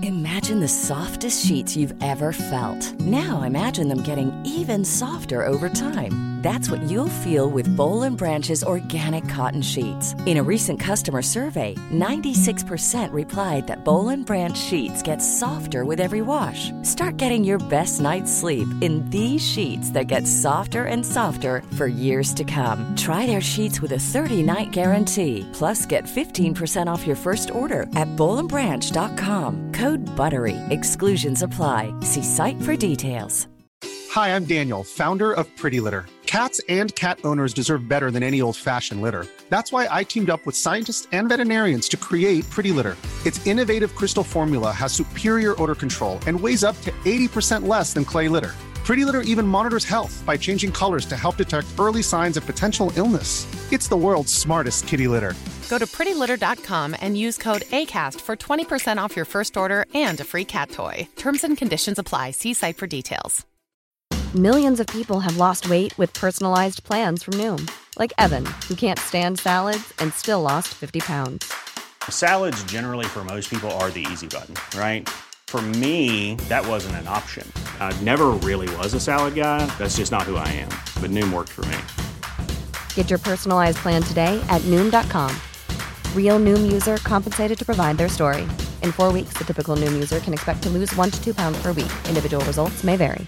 Imagine the softest sheets you've ever felt. Now imagine them getting even softer over time. That's what you'll feel with Boll & Branch's organic cotton sheets. In a recent customer survey, 96% replied that Boll & Branch sheets get softer with every wash. Start getting your best night's sleep in these sheets that get softer and softer for years to come. Try their sheets with a 30-night guarantee. Plus, get 15% off your first order at bollandbranch.com. Code BUTTERY. Exclusions apply. See site for details. Hi, I'm Daniel, founder of Pretty Litter. Cats and cat owners deserve better than any old-fashioned litter. That's why I teamed up with scientists and veterinarians to create Pretty Litter. Its innovative crystal formula has superior odor control and weighs up to 80% less than clay litter. Pretty Litter even monitors health by changing colors to help detect early signs of potential illness. It's the world's smartest kitty litter. Go to prettylitter.com and use code ACAST for 20% off your first order and a free cat toy. Terms and conditions apply. See site for details. Millions of people have lost weight with personalized plans from Noom. Like Evan, who can't stand salads and still lost 50 pounds. Salads generally for most people are the easy button, right? For me, that wasn't an option. I never really was a salad guy. That's just not who I am. But Noom worked for me. Get your personalized plan today at Noom.com. Real Noom user compensated to provide their story. In 4 weeks, the typical Noom user can expect to lose 1 to 2 pounds per week. Individual results may vary.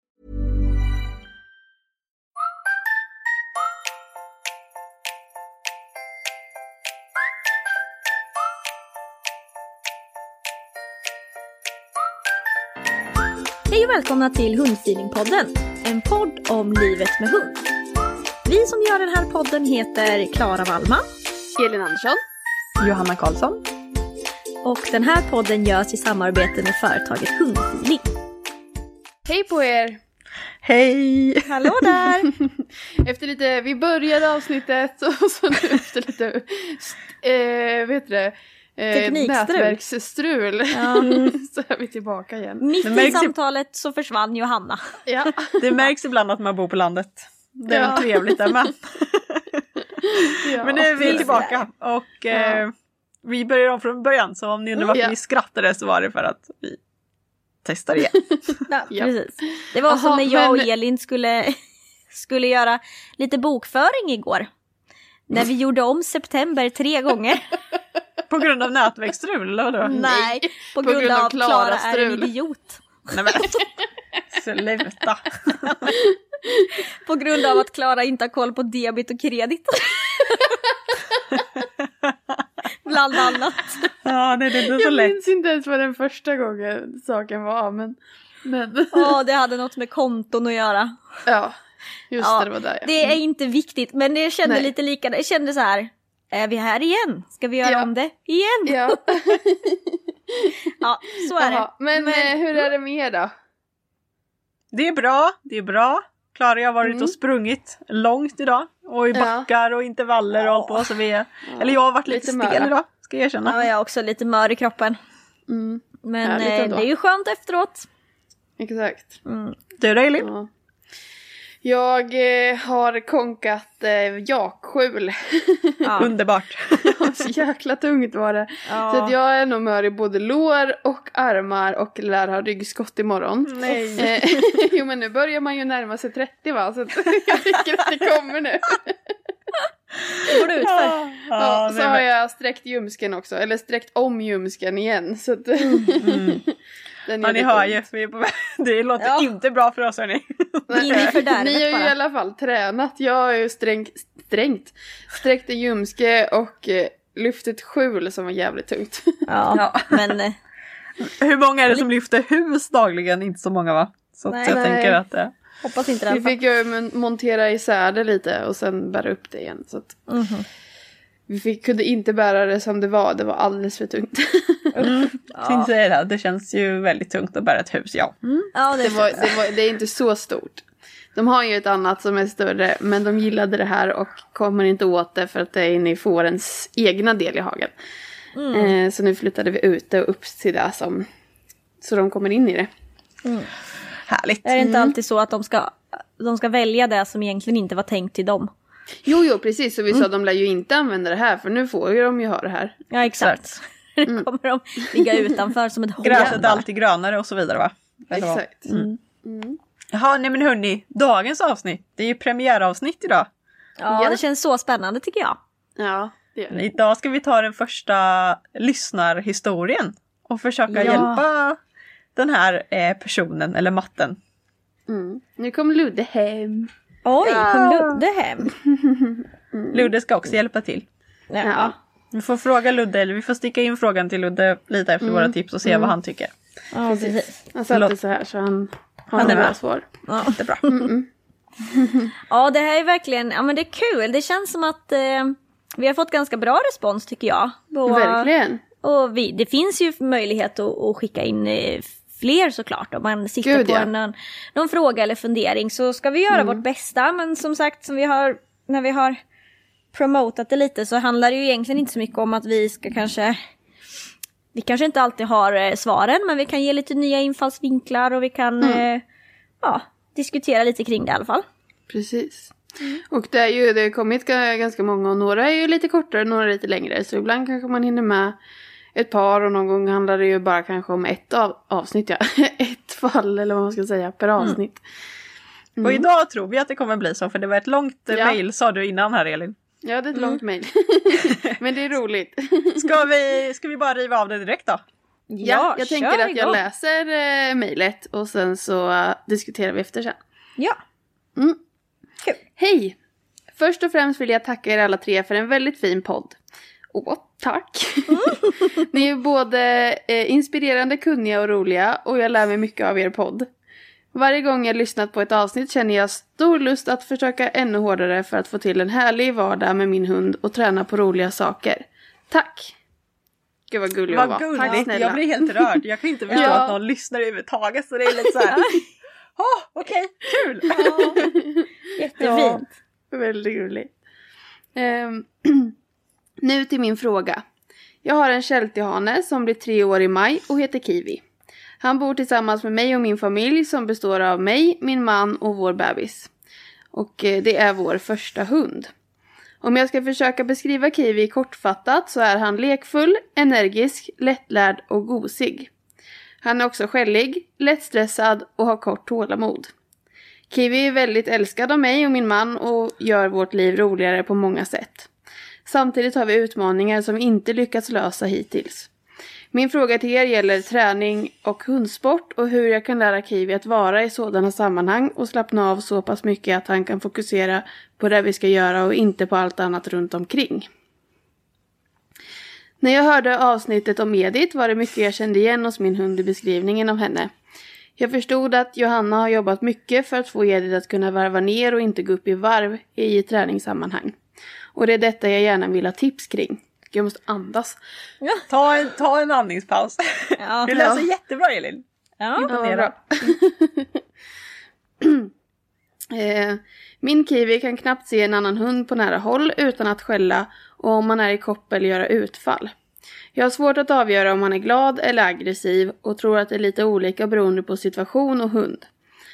Hej och välkomna till Hundfeelingpodden, en podd om livet med hund. Vi som gör den här podden heter Klara Wallman, Elin Andersson, Johanna Karlsson. Och den här podden görs i samarbete med företaget Hundfeeling. Hej på er! Hej! Hallå där! Efter lite, vi började avsnittet och så nu efter lite, nätverksstrul. Ja. Så är vi tillbaka igen. Mitt i samtalet så försvann Johanna. Ja. Det märks ibland att man bor på landet. Det är trevligt där med. Ja. Men nu är vi tillbaka och vi börjar om från början. Så om ni undrar varför vi skrattade så var det för att vi testar igen. Ja, precis. Det var som när jag och Elin skulle göra lite bokföring igår. När vi gjorde om september 3 gånger. På grund av nätverksstrul, eller vadå? Nej, på grund av Klara är en idiot. Nej men, sluta. På grund av att Klara inte har koll på debit och kredit. Bland annat. Ja, det är inte så lätt. Jag minns inte ens vad den första gången saken var, men... det hade något med konton att göra. Ja, just det var där. Det är inte viktigt, men det kände lite lika. Det kände så här, är vi här igen? Ska vi göra om det igen? Ja. Ja, så är det. Men hur är det med er då? Det är bra. Klara, jag har varit och sprungit långt idag. Och i backar och intervaller och allt på. Så eller jag har varit lite stel idag, ska jag erkänna. Ja, jag är också lite mör i kroppen. Men det är ju skönt efteråt. Exakt. Du då, Elin? Ja. Jag har konkat jakskjul. Underbart. Så jäkla tungt var det. Så att jag är nog mör i både lår och armar och lär ha ryggskott imorgon. Nej. Jo, men nu börjar man ju närma sig 30, va? Så att jag tycker att det kommer nu. Det går ut för. Så har jag sträckt ljumsken också. Eller sträckt om ljumsken igen. Så att... ni hör ju, det låter inte bra för oss, hörni. Ni har ju i alla fall tränat. Jag har ju sträckt en ljumske och lyft ett skjul som var jävligt tungt. Ja. Men hur många är det som lyfter hus dagligen? Inte så många, va? Så att jag tänker att hoppas inte det. Vi fick ju montera isär det lite och sen bära upp det igen. Så att vi kunde inte bära det som det var. Det var alldeles för tungt. Det känns ju väldigt tungt att bära ett hus, ja. Ja, det är inte så stort. De har ju ett annat som är större, men de gillade det här och kommer inte åt det för att det är inne i fårens egna del i hagen. Så nu flyttade vi ut det och upp till det så de kommer in i det. Härligt. Är det inte alltid så att de ska välja det som egentligen inte var tänkt till dem? Jo, precis. Så vi sa att de lär ju inte använda det här, för nu får ju de ju ha det här. Ja, exakt. Nu kommer de ligga utanför som ett hål. Gräset är alltid grönare och så vidare, va? Exakt. Jaha, nej men hörni, dagens avsnitt, det är ju premiäravsnitt idag. Ja, det känns så spännande tycker jag. Ja, det gör det. Idag ska vi ta den första lyssnarhistorien och försöka hjälpa den här personen, eller matten. Nu kom Ludde hem. Oj, kom Ludde hem? Ludde ska också hjälpa till. Ja. Vi får fråga Ludde, eller vi får sticka in frågan till Ludde lite efter våra tips och se vad han tycker. Ja, precis. Han satt så här så han har är bra svar. Ja, det är bra. Ja, det här är verkligen, ja men det är kul. Det känns som att vi har fått ganska bra respons tycker jag. Verkligen. Och det finns ju möjlighet att skicka in fler såklart. Om man sitter på någon fråga eller fundering så ska vi göra vårt bästa. Men som sagt, när vi har promotat det lite så handlar det ju egentligen inte så mycket om att vi kanske inte alltid har svaren, men vi kan ge lite nya infallsvinklar och vi kan diskutera lite kring det i alla fall. Precis. Och det har kommit ganska många och några är ju lite kortare, några lite längre. Så ibland kanske man hinner med ett par och någon gång handlar det ju bara kanske om ett avsnitt. Ja. Ett fall eller vad man ska säga per avsnitt. Och idag tror vi att det kommer bli så, för det var ett långt mejl sa du innan här, Elin. Ja, det är ett långt mejl. Men det är roligt. Ska vi bara riva av det direkt då? Ja, jag tänker att jag läser mejlet och sen så diskuterar vi efter sen. Ja. Kul. Hej! Först och främst vill jag tacka er alla tre för en väldigt fin podd. Tack! Ni är både inspirerande, kunniga och roliga och jag lär mig mycket av er podd. Varje gång jag lyssnat på ett avsnitt känner jag stor lust att försöka ännu hårdare för att få till en härlig vardag med min hund och träna på roliga saker. Tack! Gud vad gullig jag var. Tack snälla. Jag blir helt rörd. Jag kan inte förstå att någon lyssnar överhuvudtaget, så det är lite så här. Okej, kul! Jättefint. Väldigt gulligt. Nu till min fråga. Jag har en sheltiehane som blir 3 år i maj och heter Kiwi. Han bor tillsammans med mig och min familj som består av mig, min man och vår bebis. Och det är vår första hund. Om jag ska försöka beskriva Kiwi kortfattat så är han lekfull, energisk, lättlärd och gosig. Han är också skällig, lättstressad och har kort tålamod. Kiwi är väldigt älskad av mig och min man och gör vårt liv roligare på många sätt. Samtidigt har vi utmaningar som vi inte lyckats lösa hittills. Min fråga till er gäller träning och hundsport och hur jag kan lära Kiwi att vara i sådana sammanhang och slappna av så pass mycket att han kan fokusera på det vi ska göra och inte på allt annat runt omkring. När jag hörde avsnittet om Edith var det mycket jag kände igen hos min hund i beskrivningen av henne. Jag förstod att Johanna har jobbat mycket för att få Edith att kunna varva ner och inte gå upp i varv i träningssammanhang. Och det är detta jag gärna vill ha tips kring. Jag måste andas. Ja. Ta en andningspaus. Ja. Du läser jättebra, Elin. Ja. Imponerad. Min Kiwi kan knappt se en annan hund på nära håll utan att skälla och om man är i koppel göra utfall. Jag har svårt att avgöra om han är glad eller aggressiv och tror att det är lite olika beroende på situation och hund.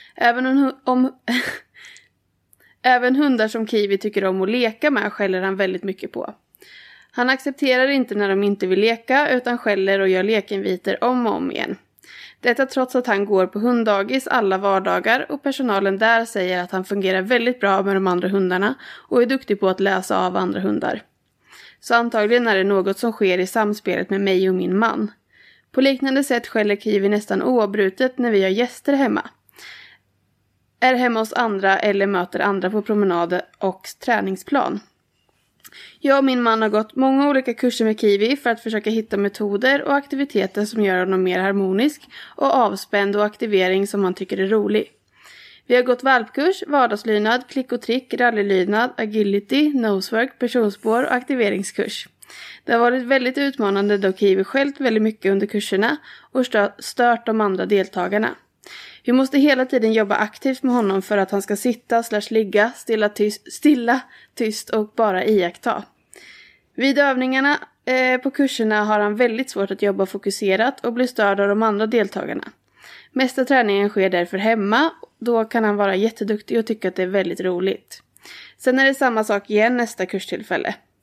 Även hundar som Kiwi tycker om att leka med skäller han väldigt mycket på. Han accepterar inte när de inte vill leka utan skäller och gör lekinviter om och om igen. Detta trots att han går på hunddagis alla vardagar och personalen där säger att han fungerar väldigt bra med de andra hundarna och är duktig på att läsa av andra hundar. Så antagligen är det något som sker i samspelet med mig och min man. På liknande sätt skäller Kiwi nästan oavbrutet när vi har gäster hemma. Är hemma hos andra eller möter andra på promenader och träningsplan. Jag och min man har gått många olika kurser med Kiwi för att försöka hitta metoder och aktiviteter som gör honom mer harmonisk och avspänd och aktivering som han tycker är rolig. Vi har gått valpkurs, vardagslydnad, klick och trick, rallylydnad, agility, nosework, personspår och aktiveringskurs. Det har varit väldigt utmanande då Kiwi skällt väldigt mycket under kurserna och stört de andra deltagarna. Vi måste hela tiden jobba aktivt med honom för att han ska sitta/ligga stilla, tyst och bara iaktta. Vid övningarna på kurserna har han väldigt svårt att jobba fokuserat och blir störd av de andra deltagarna. Mesta träningen sker därför hemma, då kan han vara jätteduktig och tycka att det är väldigt roligt. Sen är det samma sak igen nästa kurstillfälle.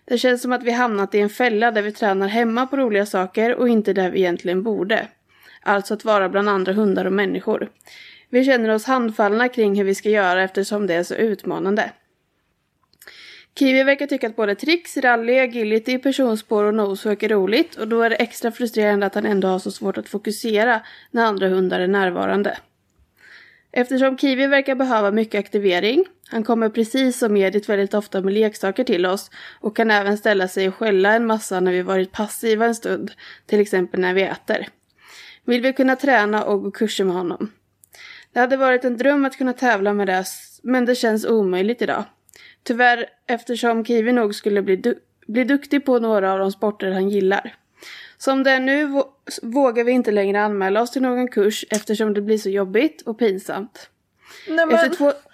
Det känns som att vi hamnat i en fälla där vi tränar hemma på roliga saker och inte där vi egentligen borde. Alltså att vara bland andra hundar och människor. Vi känner oss handfallna kring hur vi ska göra eftersom det är så utmanande. Kiwi verkar tycka att både tricks, rally, agility, personspår och nosework är roligt och då är det extra frustrerande att han ändå har så svårt att fokusera när andra hundar är närvarande. Eftersom Kiwi verkar behöva mycket aktivering, han kommer precis som Edith väldigt ofta med leksaker till oss och kan även ställa sig och skälla en massa när vi varit passiva en stund, till exempel när vi äter. Vill vi kunna träna och gå kurser med honom. Det hade varit en dröm att kunna tävla med det, men det känns omöjligt idag. Tyvärr, eftersom Kiwi nog skulle bli duktig på några av de sporter han gillar. Som det är nu vågar vi inte längre anmäla oss till någon kurs eftersom det blir så jobbigt och pinsamt. Nej, men...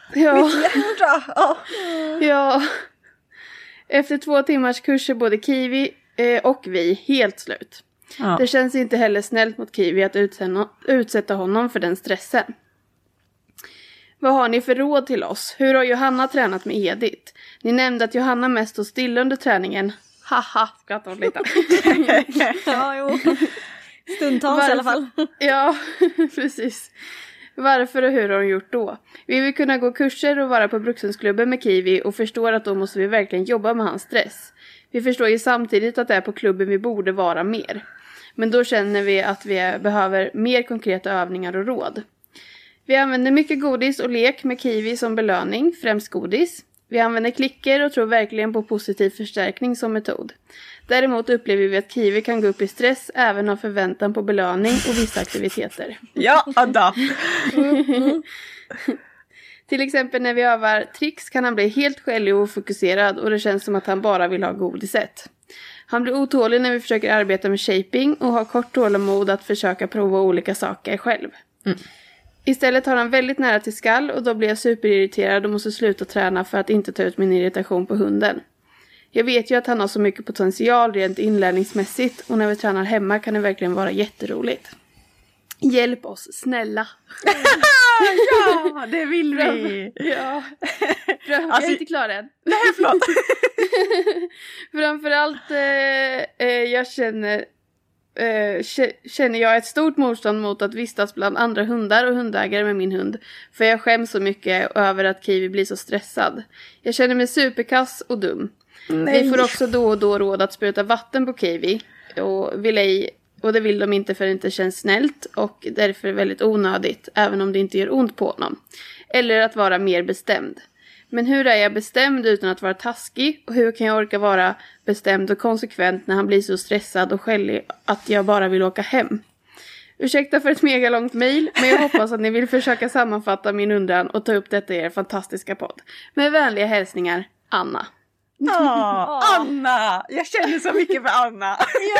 Efter 2 timmars kurs är både Kiwi och vi helt slut. Ja. Det känns inte heller snällt mot Kiwi att utsätta honom för den stressen. Vad har ni för råd till oss? Hur har Johanna tränat med Edith? Ni nämnde att Johanna mest stod still under träningen. Haha, skrattar hon lite. Ja, jo. Stundtals i alla fall. Ja, precis. Varför och hur har hon gjort då? Vi vill kunna gå kurser och vara på Bruksensklubben med Kiwi och förstår att då måste vi verkligen jobba med hans stress. Vi förstår ju samtidigt att det är på klubben vi borde vara mer. Men då känner vi att vi behöver mer konkreta övningar och råd. Vi använder mycket godis och lek med Kiwi som belöning, främst godis. Vi använder klicker och tror verkligen på positiv förstärkning som metod. Däremot upplever vi att Kiwi kan gå upp i stress även av förväntan på belöning och vissa aktiviteter. Ja, Ada! Till exempel när vi övar tricks kan han bli helt skällig och ofokuserad och det känns som att han bara vill ha godiset. Han blir otålig när vi försöker arbeta med shaping och har kort tålamod att försöka prova olika saker själv. Istället har han väldigt nära till skall och då blir jag superirriterad och måste sluta träna för att inte ta ut min irritation på hunden. Jag vet ju att han har så mycket potential rent inlärningsmässigt och när vi tränar hemma kan det verkligen vara jätteroligt. Hjälp oss, snälla. Ja, det vill vi. Ja. Jag är inte klar än. Nej, förlåt. Framförallt jag känner jag ett stort motstånd mot att vistas bland andra hundar och hundägare med min hund. För jag skäms så mycket över att Kiwi blir så stressad. Jag känner mig superkass och dum. Nej. Vi får också då och då råd att spruta vatten på Kiwi. Och det vill de inte för det inte känns snällt och därför väldigt onödigt. Även om det inte gör ont på honom. Eller att vara mer bestämd. Men hur är jag bestämd utan att vara taskig? Och hur kan jag orka vara bestämd och konsekvent när han blir så stressad och skällig att jag bara vill åka hem? Ursäkta för ett mega långt mejl, men jag hoppas att ni vill försöka sammanfatta min undran och ta upp detta i er fantastiska podd. Med vänliga hälsningar, Anna. Anna! Jag känner så mycket för Anna.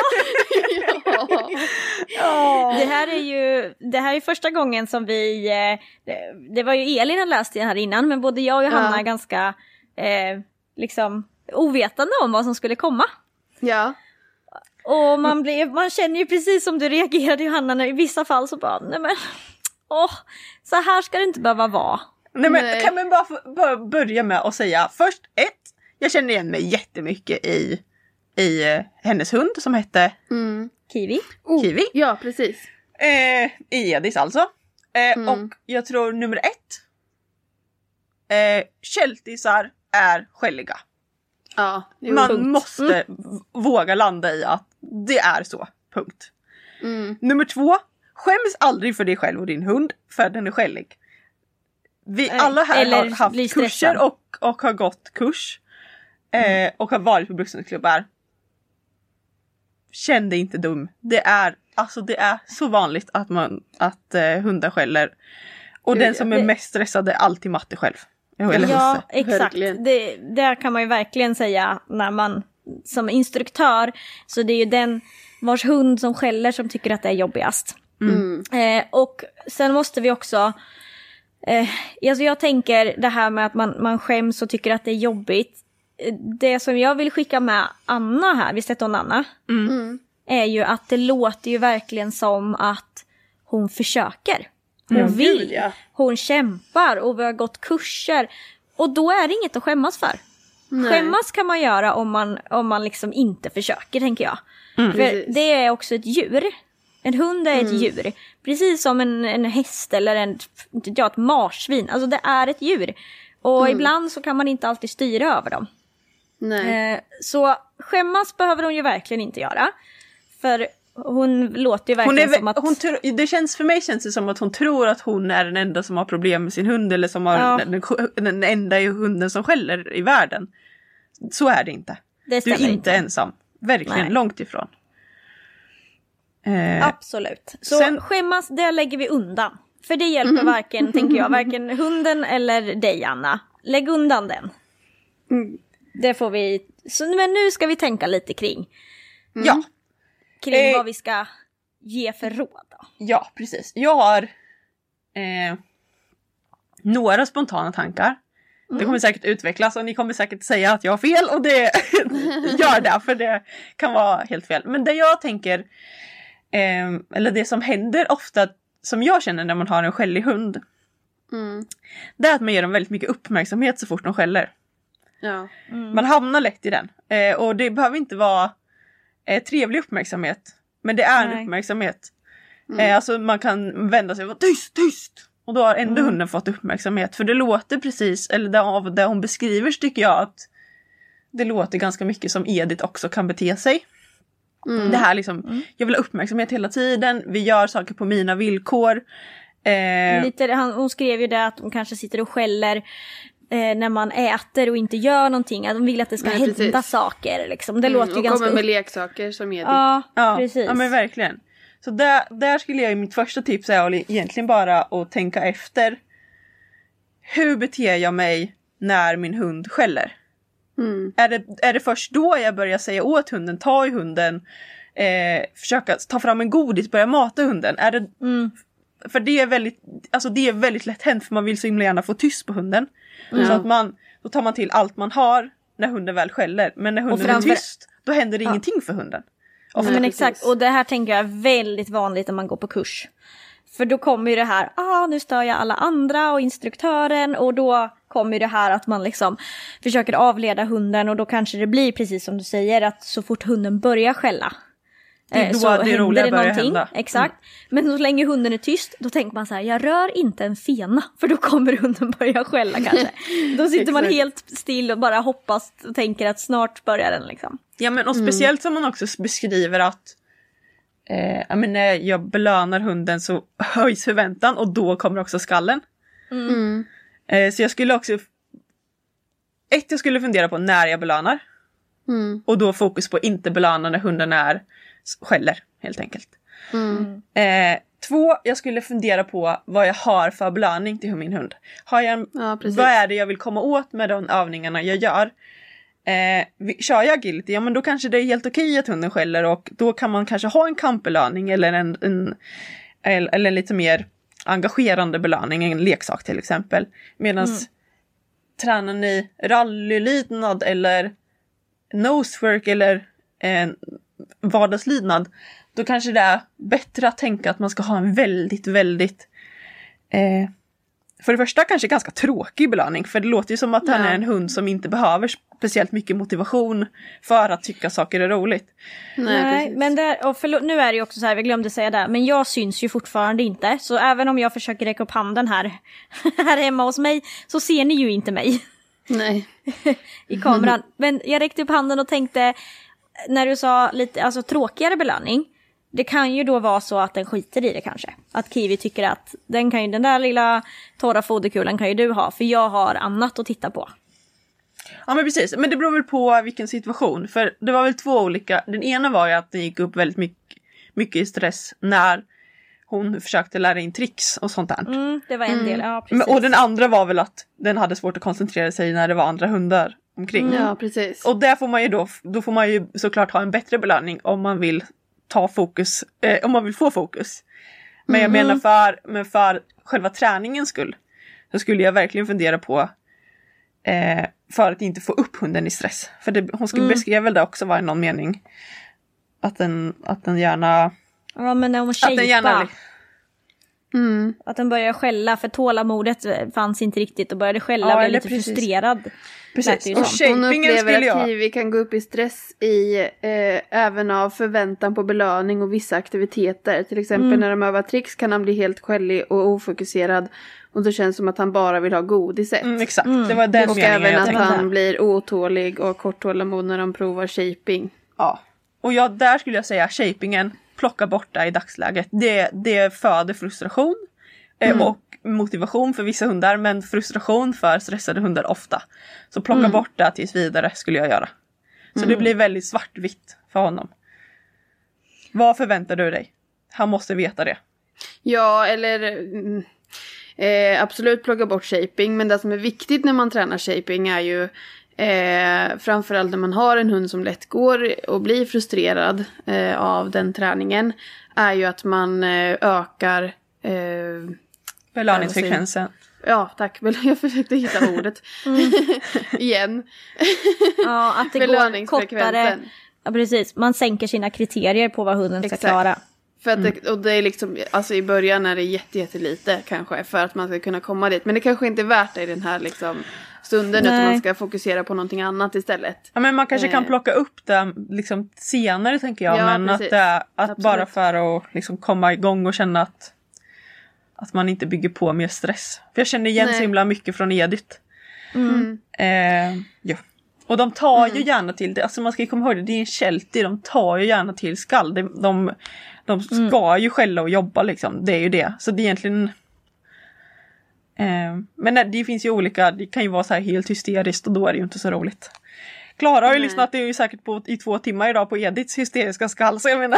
Det här är ju första gången som vi det var ju Elin som läste den här innan, men både jag och Johanna är ganska liksom ovetande om vad som skulle komma. Ja. Och man känner ju precis som du reagerade, Johanna, när i vissa fall så bara nej men så här ska det inte behöva vara. Nej men kan man bara börja med att säga först jag känner igen mig jättemycket i hennes hund som hette Kiwi. Kiwi. Ja, precis. Edis alltså. Och jag tror nummer 1. Kältisar är skälliga. Ja, man måste våga landa i att det är så. Punkt. Nummer 2. Skäms aldrig för dig själv och din hund för den är skällig. Vi alla här har haft kurser och har gått kurs. Och har varit på Bruksensklubbar. Känn dig inte dum. Det är så vanligt att hundar skäller. Och den som är mest stressad är alltid Matte själv. Ja, exakt. Där kan man ju verkligen säga när man som instruktör, så det är ju den vars hund som skäller som tycker att det är jobbigast. Och sen måste vi också alltså jag tänker det här med att man skäms och tycker att det är jobbigt. Det som jag vill skicka med Anna här, visst heter hon Anna? Är ju att det låter ju verkligen som att hon försöker. Hon vill. Hon kämpar och vi har gått kurser. Och då är det inget att skämmas för. Skämmas kan man göra om man liksom inte försöker, tänker jag. För det är också ett djur. En hund är ett djur. Precis som en häst eller ett marsvin. Alltså det är ett djur. Och ibland så kan man inte alltid styra över dem. Nej. Så skämmas behöver hon ju verkligen inte göra. För hon låter ju verkligen som att... För mig känns det som att hon tror att hon är den enda som har problem med sin hund. Eller som har den enda hunden som skäller i världen. Så är det inte. Du är inte ensam. Verkligen, långt ifrån. Absolut. Så skämmas, det lägger vi undan. För det hjälper varken hunden eller dig, Anna. Lägg undan den. Det får vi... Men nu ska vi tänka lite kring. Ja. Kring vad vi ska ge för råd då. Ja, precis. Jag har några spontana tankar. Det kommer säkert utvecklas och ni kommer säkert säga att jag har fel. Och det gör det, för det kan vara helt fel. Men det jag tänker, eller det som händer ofta, som jag känner när man har en skällig hund, det är att man ger dem väldigt mycket uppmärksamhet så fort de skäller. Ja. Man hamnar lätt i den. Och det behöver inte vara trevlig uppmärksamhet. Men det är en uppmärksamhet. Alltså man kan vända sig och vara tyst. Och då har ändå hunden fått uppmärksamhet. För det låter precis, eller av det hon beskriver tycker jag att det låter ganska mycket som Edith också kan bete sig. Det här liksom, jag vill ha uppmärksamhet hela tiden. Vi gör saker på mina villkor. Hon skrev ju det att de kanske sitter och skäller när man äter och inte gör någonting. Att de vill att det ska hända saker. Liksom. Det låter ju och ganska... kommer med leksaker som Edith. Ja, precis. Ja, men verkligen. Så där skulle jag, mitt första tips är egentligen bara att tänka efter. Hur beter jag mig när min hund skäller? Är det först då jag börjar säga åt hunden, ta i hunden, försöka ta fram en godis, börja mata hunden? Är det, för det är väldigt lätt hänt, för man vill så himla gärna få tyst på hunden. Så att då tar man till allt man har när hunden väl skäller. Men när hunden är tyst, då händer det ingenting för hunden. Men exakt, och det här tänker jag är väldigt vanligt när man går på kurs. För då kommer ju det här, nu stör jag alla andra och instruktören. Och då kommer ju det här att man liksom försöker avleda hunden. Och då kanske det blir precis som du säger, att så fort hunden börjar skälla, så händer det någonting. Exakt. Men så länge hunden är tyst, då tänker man så här, jag rör inte en fena. För då kommer hunden börja skälla kanske. Då sitter man helt still och bara hoppas och tänker att snart börjar den liksom. Ja, men och speciellt som man också beskriver att när jag belönar hunden så höjs förväntan och då kommer också skallen. Så jag skulle också jag skulle fundera på när jag belönar. Och då fokus på inte belöna när hunden skäller helt enkelt. 2, jag skulle fundera på vad jag har för belöning till min hund. Vad är det jag vill komma åt med de övningarna jag gör? Kör jag agility, men då kanske det är helt okej att hunden skäller, och då kan man kanske ha en kampbelöning eller en lite mer engagerande belöning, en leksak till exempel. Medan tränar ni rallylydnad eller nosework eller vardagslydnad, då kanske det är bättre att tänka att man ska ha en väldigt, väldigt för det första kanske ganska tråkig belöning, för det låter ju som att han är en hund som inte behöver speciellt mycket motivation för att tycka saker är roligt. Nej, men nu är det ju också så här, vi glömde säga det, men jag syns ju fortfarande inte, så även om jag försöker räcka upp handen här hemma hos mig, så ser ni ju inte mig. Nej. I kameran. Men jag räckte upp handen och tänkte, när du sa lite tråkigare belöning, det kan ju då vara så att den skiter i det kanske. Att Kiwi tycker att den där lilla torra foderkulan kan ju du ha, för jag har annat att titta på. Ja, men precis. Men det beror väl på vilken situation. För det var väl 2 olika. Den ena var ju att det gick upp väldigt mycket i stress när hon försökte lära in tricks och sånt där. Det var en del, ja precis. Och den andra var väl att den hade svårt att koncentrera sig när det var andra hundar omkring. Ja, precis. Och där får man ju då får man ju såklart ha en bättre belöning om man vill ta fokus, om man vill få fokus. Men jag menar för själva träningens skull, så skulle jag verkligen fundera på för att inte få upp hunden i stress. För hon beskrev väl det också, var i någon mening att den gärna... Ja, men om att shapea. Att den började skälla, för tålamodet fanns inte riktigt och började skälla och blev lite frustrerad. Precis. Och hon upplever att Kiwi kan gå upp i stress även av förväntan på belöning och vissa aktiviteter. Till exempel när de övar tricks kan han bli helt skällig och ofokuserad. Och det känns som att han bara vill ha godiset. Exakt, det var den och meningen. Och även att han blir otålig och kort tålamod när de provar shaping. Ja, och där skulle jag säga shapingen, plocka bort det i dagsläget. Det föder frustration och motivation för vissa hundar, men frustration för stressade hundar ofta. Så plocka bort det tills vidare skulle jag göra. Så det blir väldigt svartvitt för honom. Vad förväntar du dig? Han måste veta det. Ja, eller absolut plocka bort shaping, men det som är viktigt när man tränar shaping är ju framförallt när man har en hund som lätt går och blir frustrerad av den träningen, är ju att man ökar belöningsfrekvensen. Ja, tack. Jag försökte hitta ordet igen. Ja, att det går kortare. Ja, precis. Man sänker sina kriterier på vad hunden ska klara. För att och det är liksom, alltså i början är det jättelite kanske för att man ska kunna komma dit. Men det kanske inte är värt det i den här liksom stunden. Nej. Utan man ska fokusera på någonting annat istället. Ja, men man kanske kan plocka upp det liksom senare, tänker jag. Ja, men att bara för att liksom komma igång och känna att man inte bygger på mer stress. För jag känner igen så himla mycket från Edith. Ja. Och de tar ju gärna till det. Alltså man ska komma ihåg det är en Sheltie. De tar ju gärna till skall. De ska ju skälla och jobba liksom. Det är ju det. Så det är egentligen... men det finns ju olika... Det kan ju vara så här helt hysteriskt och då är det ju inte så roligt. Klara har ju lyssnat, det är ju säkert i 2 timmar idag på Ediths hysteriska skall. Så jag menar...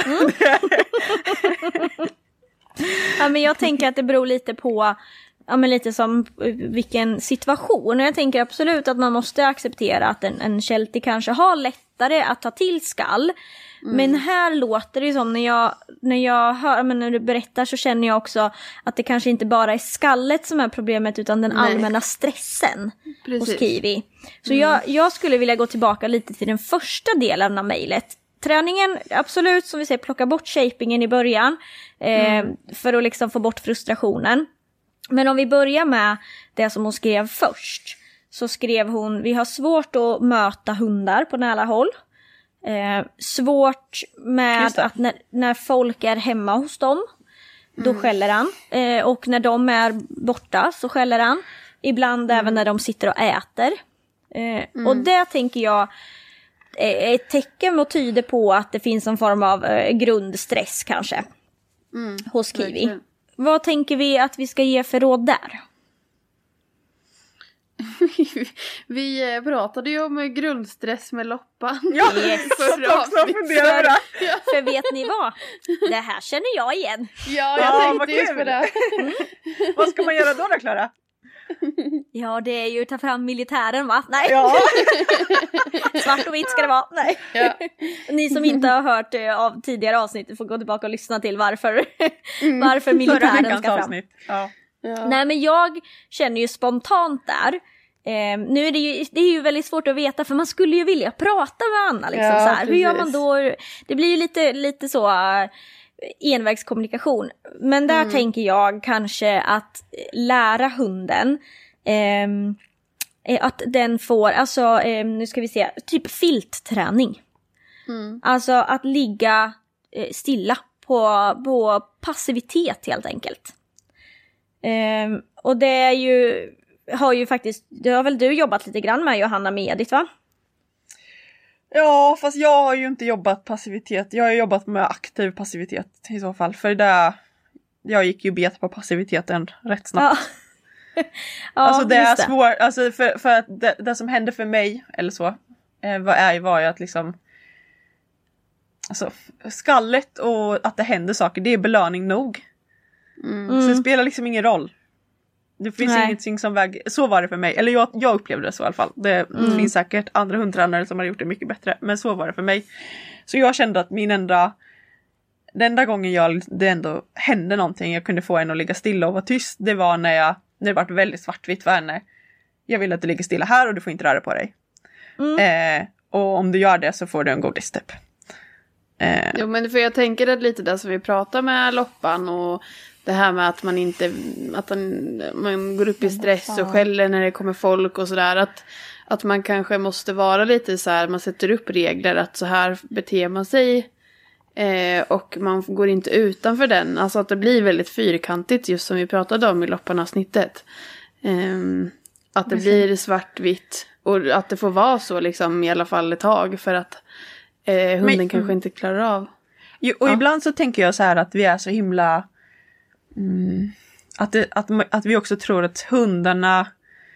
Ja, men jag tänker att det beror lite på... Ja, men lite som vilken situation. Och jag tänker absolut att man måste acceptera att en Sheltie kanske har lättare att ta till skall. Men här låter det som när jag hör, men när du berättar så känner jag också att det kanske inte bara är skallet som är problemet utan den allmänna stressen hos Kiwi. Så jag skulle vilja gå tillbaka lite till den första delen av mejlet. Träningen, absolut, som vi säger, plocka bort shapingen i början för att liksom få bort frustrationen. Men om vi börjar med det som hon skrev först, så skrev hon: vi har svårt att möta hundar på nära håll. Svårt med att när folk är hemma hos dem, då skäller han. Och när de är borta så skäller han. Ibland även när de sitter och äter. Och det tänker jag är ett tecken och tyder på att det finns en form av grundstress kanske hos Kiwi. Verkligen. Vad tänker vi att vi ska ge för råd där? Vi pratade ju om grundstress med Loppan. Ja, för vet ni vad? Det här känner jag igen. Ja, jag tänkte just på det. Vad ska man göra då, Klara? Ja, det är ju att ta fram militären, va? Nej. Ja. Svart och vitt ska det vara. Nej. Ja. Ni som inte har hört av tidigare avsnitt får gå tillbaka och lyssna till varför militären ska fram. Ja. Ja. Nej, men jag känner ju spontant där. Nu är det är ju väldigt svårt att veta, för man skulle ju vilja prata med Anna liksom, så här. Hur gör man då? Det blir ju lite så envägskommunikation. Men där tänker jag kanske att lära hunden att den får, alltså nu ska vi se, typ filtträning. Alltså att ligga stilla på passivitet helt enkelt. Och det är ju, det har väl du jobbat lite grann med, Johanna, med Edith, va? Ja, fast jag har ju inte jobbat passivitet. Jag har jobbat med aktiv passivitet i så fall. För jag gick ju bet på passiviteten rätt snabbt. Ja. Alltså det är svårt. Alltså för att det som hände för mig, eller så, var ju att liksom... Alltså, skallet och att det händer saker, det är belöning nog. Så det spelar liksom ingen roll. Det finns ingenting som väger. Så var det för mig. Eller jag upplevde det så i alla fall. Det finns säkert andra hundtränare som har gjort det mycket bättre. Men så var det för mig. Så jag kände att den enda gången det ändå hände någonting, jag kunde få en att ligga stilla och vara tyst, det var när det var väldigt svartvitt för henne. Jag vill att du ligger stilla här och du får inte röra på dig. Och om du gör det så får du en godis typ. Jo, men för jag tänker att lite där som vi pratar med Loppan och det här med att man inte, man går upp i stress och skäller när det kommer folk och sådär, att man kanske måste vara lite så här, man sätter upp regler att så här beter man sig och man går inte utanför den, alltså att det blir väldigt fyrkantigt just som vi pratade om i Loppan-avsnittet. Att det blir svartvitt och att det får vara så liksom i alla fall ett tag för att hunden kanske inte klarar av. Jo, och ibland så tänker jag så här att vi är så himla att vi också tror att hundarna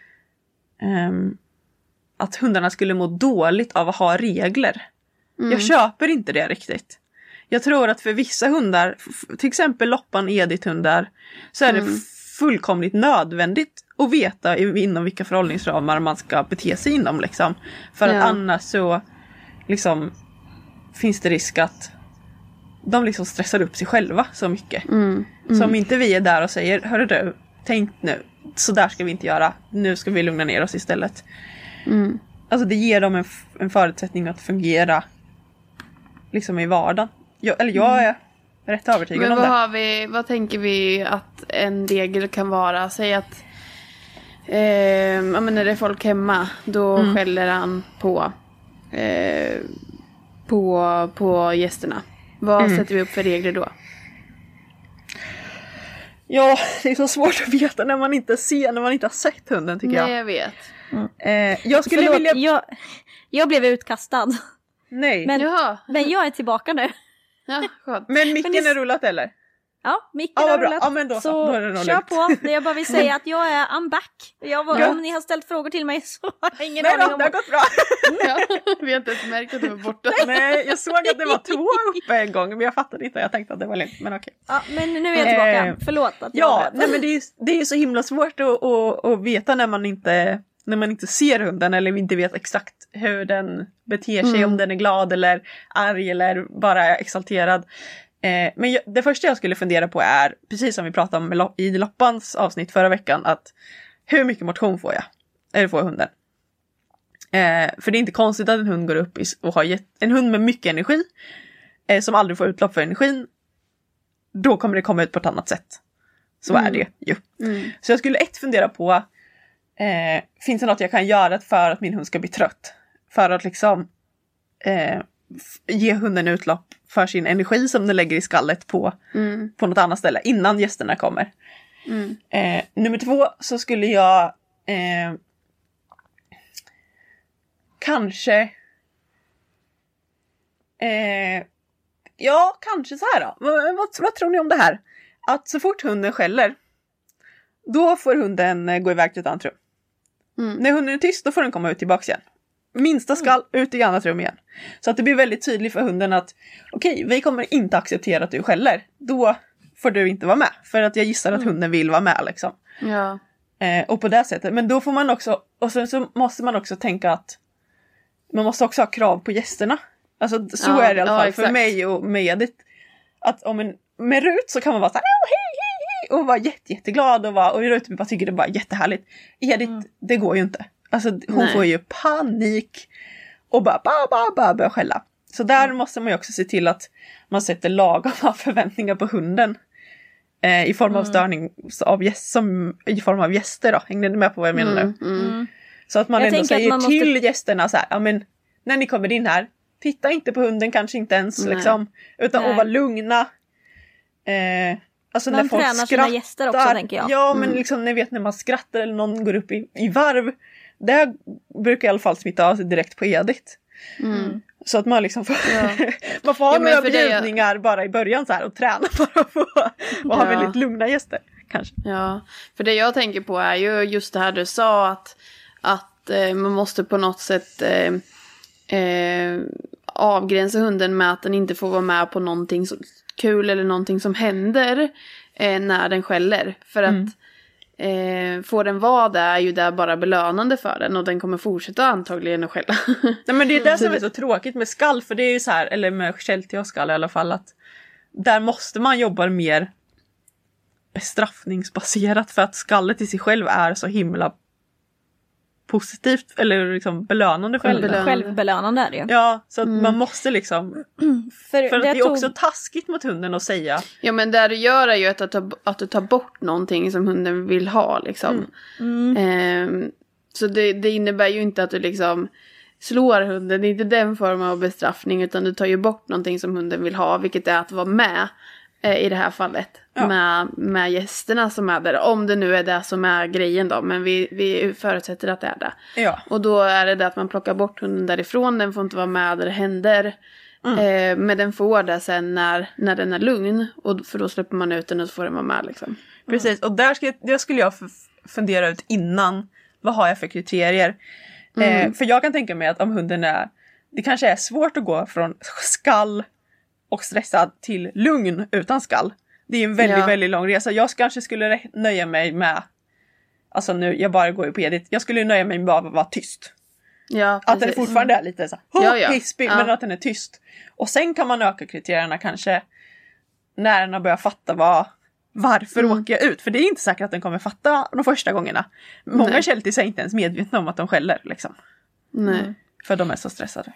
skulle må dåligt av att ha regler. Jag köper inte det riktigt. Jag tror att för vissa hundar, till exempel Loppan, Edith-hundar, så är det fullkomligt nödvändigt att veta inom vilka förhållningsramar man ska bete sig inom liksom. För att annars så liksom finns det risk att de liksom stressar upp sig själva så mycket. Så om inte vi är där och säger, hörru du, tänk nu, så där ska vi inte göra. Nu ska vi lugna ner oss istället. Alltså det ger dem en förutsättning att fungera liksom i vardagen. Jag är rätt övertygad om det. Vad tänker vi att en regel kan vara? Säg att när det är folk hemma, då skäller han på gästerna. Vad sätter vi upp för regler då? Ja, det är så svårt att veta när man inte har sett hunden, tycker jag. Nej, jag vet. Jag skulle vilja... Jag blev utkastad. Nej. Men jag är tillbaka nu. Ja, skönt. Men micken är rullat eller? Ja, micken har rullat. Ja, men då så då är det nog kör lugnt. på. Det jag bara vill säga att I'm back. Om ni har ställt frågor till mig så har jag ingen aning om... det har gått bra. Vi har inte ens märkt att du var borta. Nej, jag såg att det var 2 uppe en gång, men jag fattade inte. Jag tänkte att det var lugnt, men okej. Ja, men nu är jag tillbaka. Förlåt att men det är ju så himla svårt att veta när man inte ser hunden eller inte vet exakt hur den beter sig, om den är glad eller arg eller bara exalterad. Men det första jag skulle fundera på är, precis som vi pratade om i Loppans avsnitt förra veckan, att hur mycket motion får jag? Eller får hunden? För det är inte konstigt att en hund går upp och har en hund med mycket energi som aldrig får utlopp för energin. Då kommer det komma ut på ett annat sätt. Så är det ju. Så jag skulle fundera på, finns det något jag kan göra för att min hund ska bli trött? För att liksom ge hunden utlopp för sin energi som den lägger i skallet på något annat ställe innan gästerna kommer. Nummer 2 så skulle jag kanske kanske så här då. Vad tror ni om det här? Att så fort hunden skäller, då får hunden gå iväg till ett annat rum. När hunden är tyst, då får den komma ut tillbaka igen. Minsta skall ut i annat rum igen. Så att det blir väldigt tydligt för hunden att okej, vi kommer inte acceptera att du skäller. Då får du inte vara med. För att jag gissar att hunden vill vara med liksom. Ja. Och på det sättet. Men då får man också, och sen så måste man också tänka att man måste också ha krav på gästerna. Alltså så är det i alla fall för mig och med Edith. Att med Rut så kan man vara så här, hej, och vara jätteglad och Rut bara tycker det är bara jättehärligt. Edith, det går ju inte. Alltså hon får ju panik och bara börjar skälla. Så där måste man ju också se till att man sätter lagom av förväntningar på hunden. I form av störning i form av gäster då. Hängde ni med på vad jag menar nu? Så att man ändå säger till gästerna så här, ja men när ni kommer in här, titta inte på hunden, kanske inte ens liksom, utan att vara lugna. Alltså man när folk tränar sina gäster också, tänker jag. Ja, men liksom ni vet när man skrattar eller någon går upp i varv, det brukar i alla fall smitta av sig direkt på Edith. Så att man liksom får, man får ha några bjudningar bara i början så här och träna bara på och ha väldigt lugna gäster kanske. Ja, för det jag tänker på är ju just det här du sa att man måste på något sätt avgränsa hunden med att den inte får vara med på någonting så kul eller någonting som händer när den skäller. För att får den vara där är ju det bara belönande för den och den kommer fortsätta antagligen att skälla. Nej, men det är det som är så tråkigt med skall, för det är ju så här, eller med skälltig och skall i alla fall, att där måste man jobba mer bestraffningsbaserat för att skallet i sig själv är så himla positivt eller liksom belönande för hunden. Självbelönande är det ju. Ja, så att man måste liksom... för att det är också taskigt mot hunden att säga. Ja, men det du gör är ju att du tar bort någonting som hunden vill ha liksom. Så det innebär ju inte att du liksom slår hunden. Det är inte den formen av bestraffning, utan du tar ju bort någonting som hunden vill ha, vilket är att vara med i det här fallet. Ja. Med gästerna som är där. Om det nu är det som är grejen då. Men vi förutsätter att det är det. Ja. Och då är det att man plockar bort hunden därifrån. Den får inte vara med där det händer. Men den får det sen när den är lugn. För då släpper man ut den och så får den vara med liksom. Precis, och där skulle jag fundera ut innan. Vad har jag för kriterier? För jag kan tänka mig att om hunden är... Det kanske är svårt att gå från skall och stressad till lugn utan skall. Det är en väldigt, väldigt lång resa. Jag kanske skulle nöja mig med... Alltså nu, jag bara går ju på edit. Jag skulle nöja mig med att vara tyst. Ja, att den fortfarande är lite så hispig, men att den är tyst. Och sen kan man öka kriterierna kanske när den har börjat fatta varför åker jag ut. För det är inte säkert att den kommer fatta de första gångerna. Många kältis är inte ens medvetna om att de skäller liksom. Nej. För de är så stressade.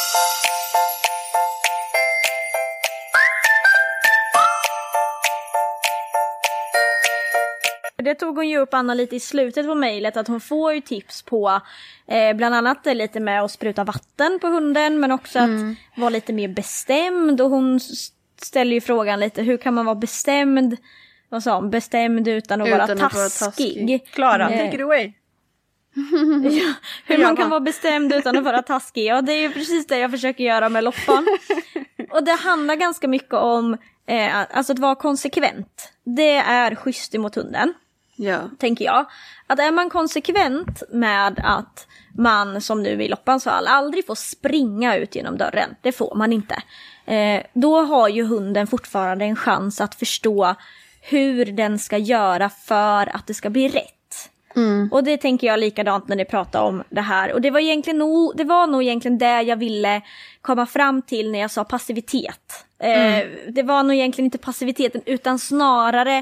Det tog hon ju upp, Anna, lite i slutet på mejlet, att hon får ju tips på bland annat lite med att spruta vatten på hunden, men också att vara lite mer bestämd. Och hon ställer ju frågan lite, hur kan man vara bestämd? Vad sa hon? Bestämd utan att vara taskig. Klara, take it away. Ja, hur man kan vara bestämd utan att vara taskig. Ja, det är ju precis det jag försöker göra med Loppan. Och det handlar ganska mycket om alltså att vara konsekvent. Det är schysst emot hunden. Ja. Tänker jag. Att är man konsekvent med att man, som nu i Loppans fall, aldrig får springa ut genom dörren. Det får man inte. Då har ju hunden fortfarande en chans att förstå hur den ska göra för att det ska bli rätt. Och det tänker jag likadant när ni pratar om det här. Och det var nog egentligen det jag ville komma fram till när jag sa passivitet. Det var nog egentligen inte passiviteten, utan snarare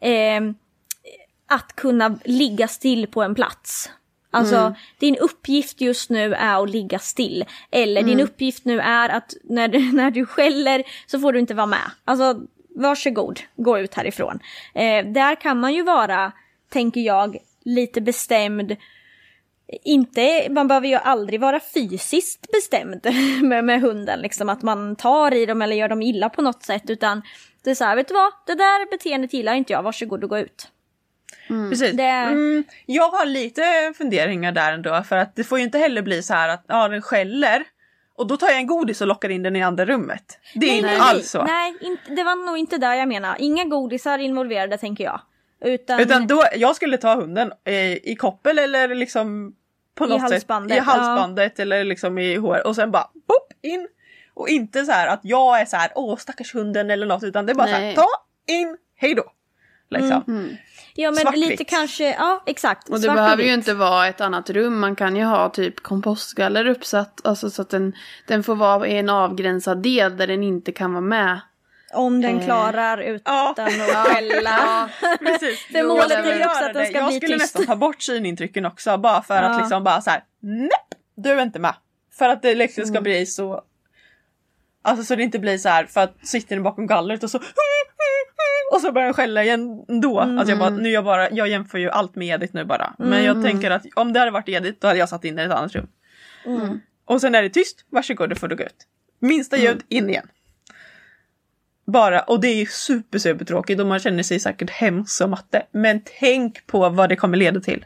att kunna ligga still på en plats. Alltså din uppgift just nu är att ligga still. Eller din uppgift nu är att när du skäller så får du inte vara med. Alltså varsågod, gå ut härifrån. Där kan man ju vara, tänker jag, lite bestämd. Man behöver ju aldrig vara fysiskt bestämd med hunden. Liksom, att man tar i dem eller gör dem illa på något sätt. Utan det är så här, vet du vad? Det där beteendet gillar inte jag. Varsågod och gå ut. Precis. Jag har lite funderingar där ändå. För att det får ju inte heller bli så här att den skäller. Och då tar jag en godis och lockar in den i andra rummet. Det är inte alls så. Nej, det var nog inte där jag menar. Inga godisar involverade, tänker jag. Utan då, jag skulle ta hunden i koppel eller liksom på något sätt i halsbandet eller liksom i hår. Och sen bara pop in. Och inte så här att jag är så här, stackars hunden eller något. Utan det är bara så här, ta in, hej då. Liksom. Ja, men svartvitt. Lite kanske, ja exakt. Och det behöver ju inte vara ett annat rum. Man kan ju ha typ kompostgaller uppsatt. Alltså så att den får vara i en avgränsad del där den inte kan vara med. Om den klarar utan att skälla. Ja, precis. För målet är ju också att den ska bli tyst. Jag skulle nästan ta bort synintrycken också. Bara för att liksom bara så här, nej, du är inte med. För att det liksom ska bli så... Alltså så det inte blir så här, för att sitter den bakom gallret och så... Och så börjar den skälla igen då. Alltså jag jämför ju allt med Edith nu bara. Men jag tänker att om det hade varit Edith, då hade jag satt in den i ett annat rum. Och sen är det tyst, varsågod, då får du gå ut. Minsta ljud, in igen. Bara, och det är ju super tråkigt och man känner sig säkert hemskt som matte. Men tänk på vad det kommer leda till.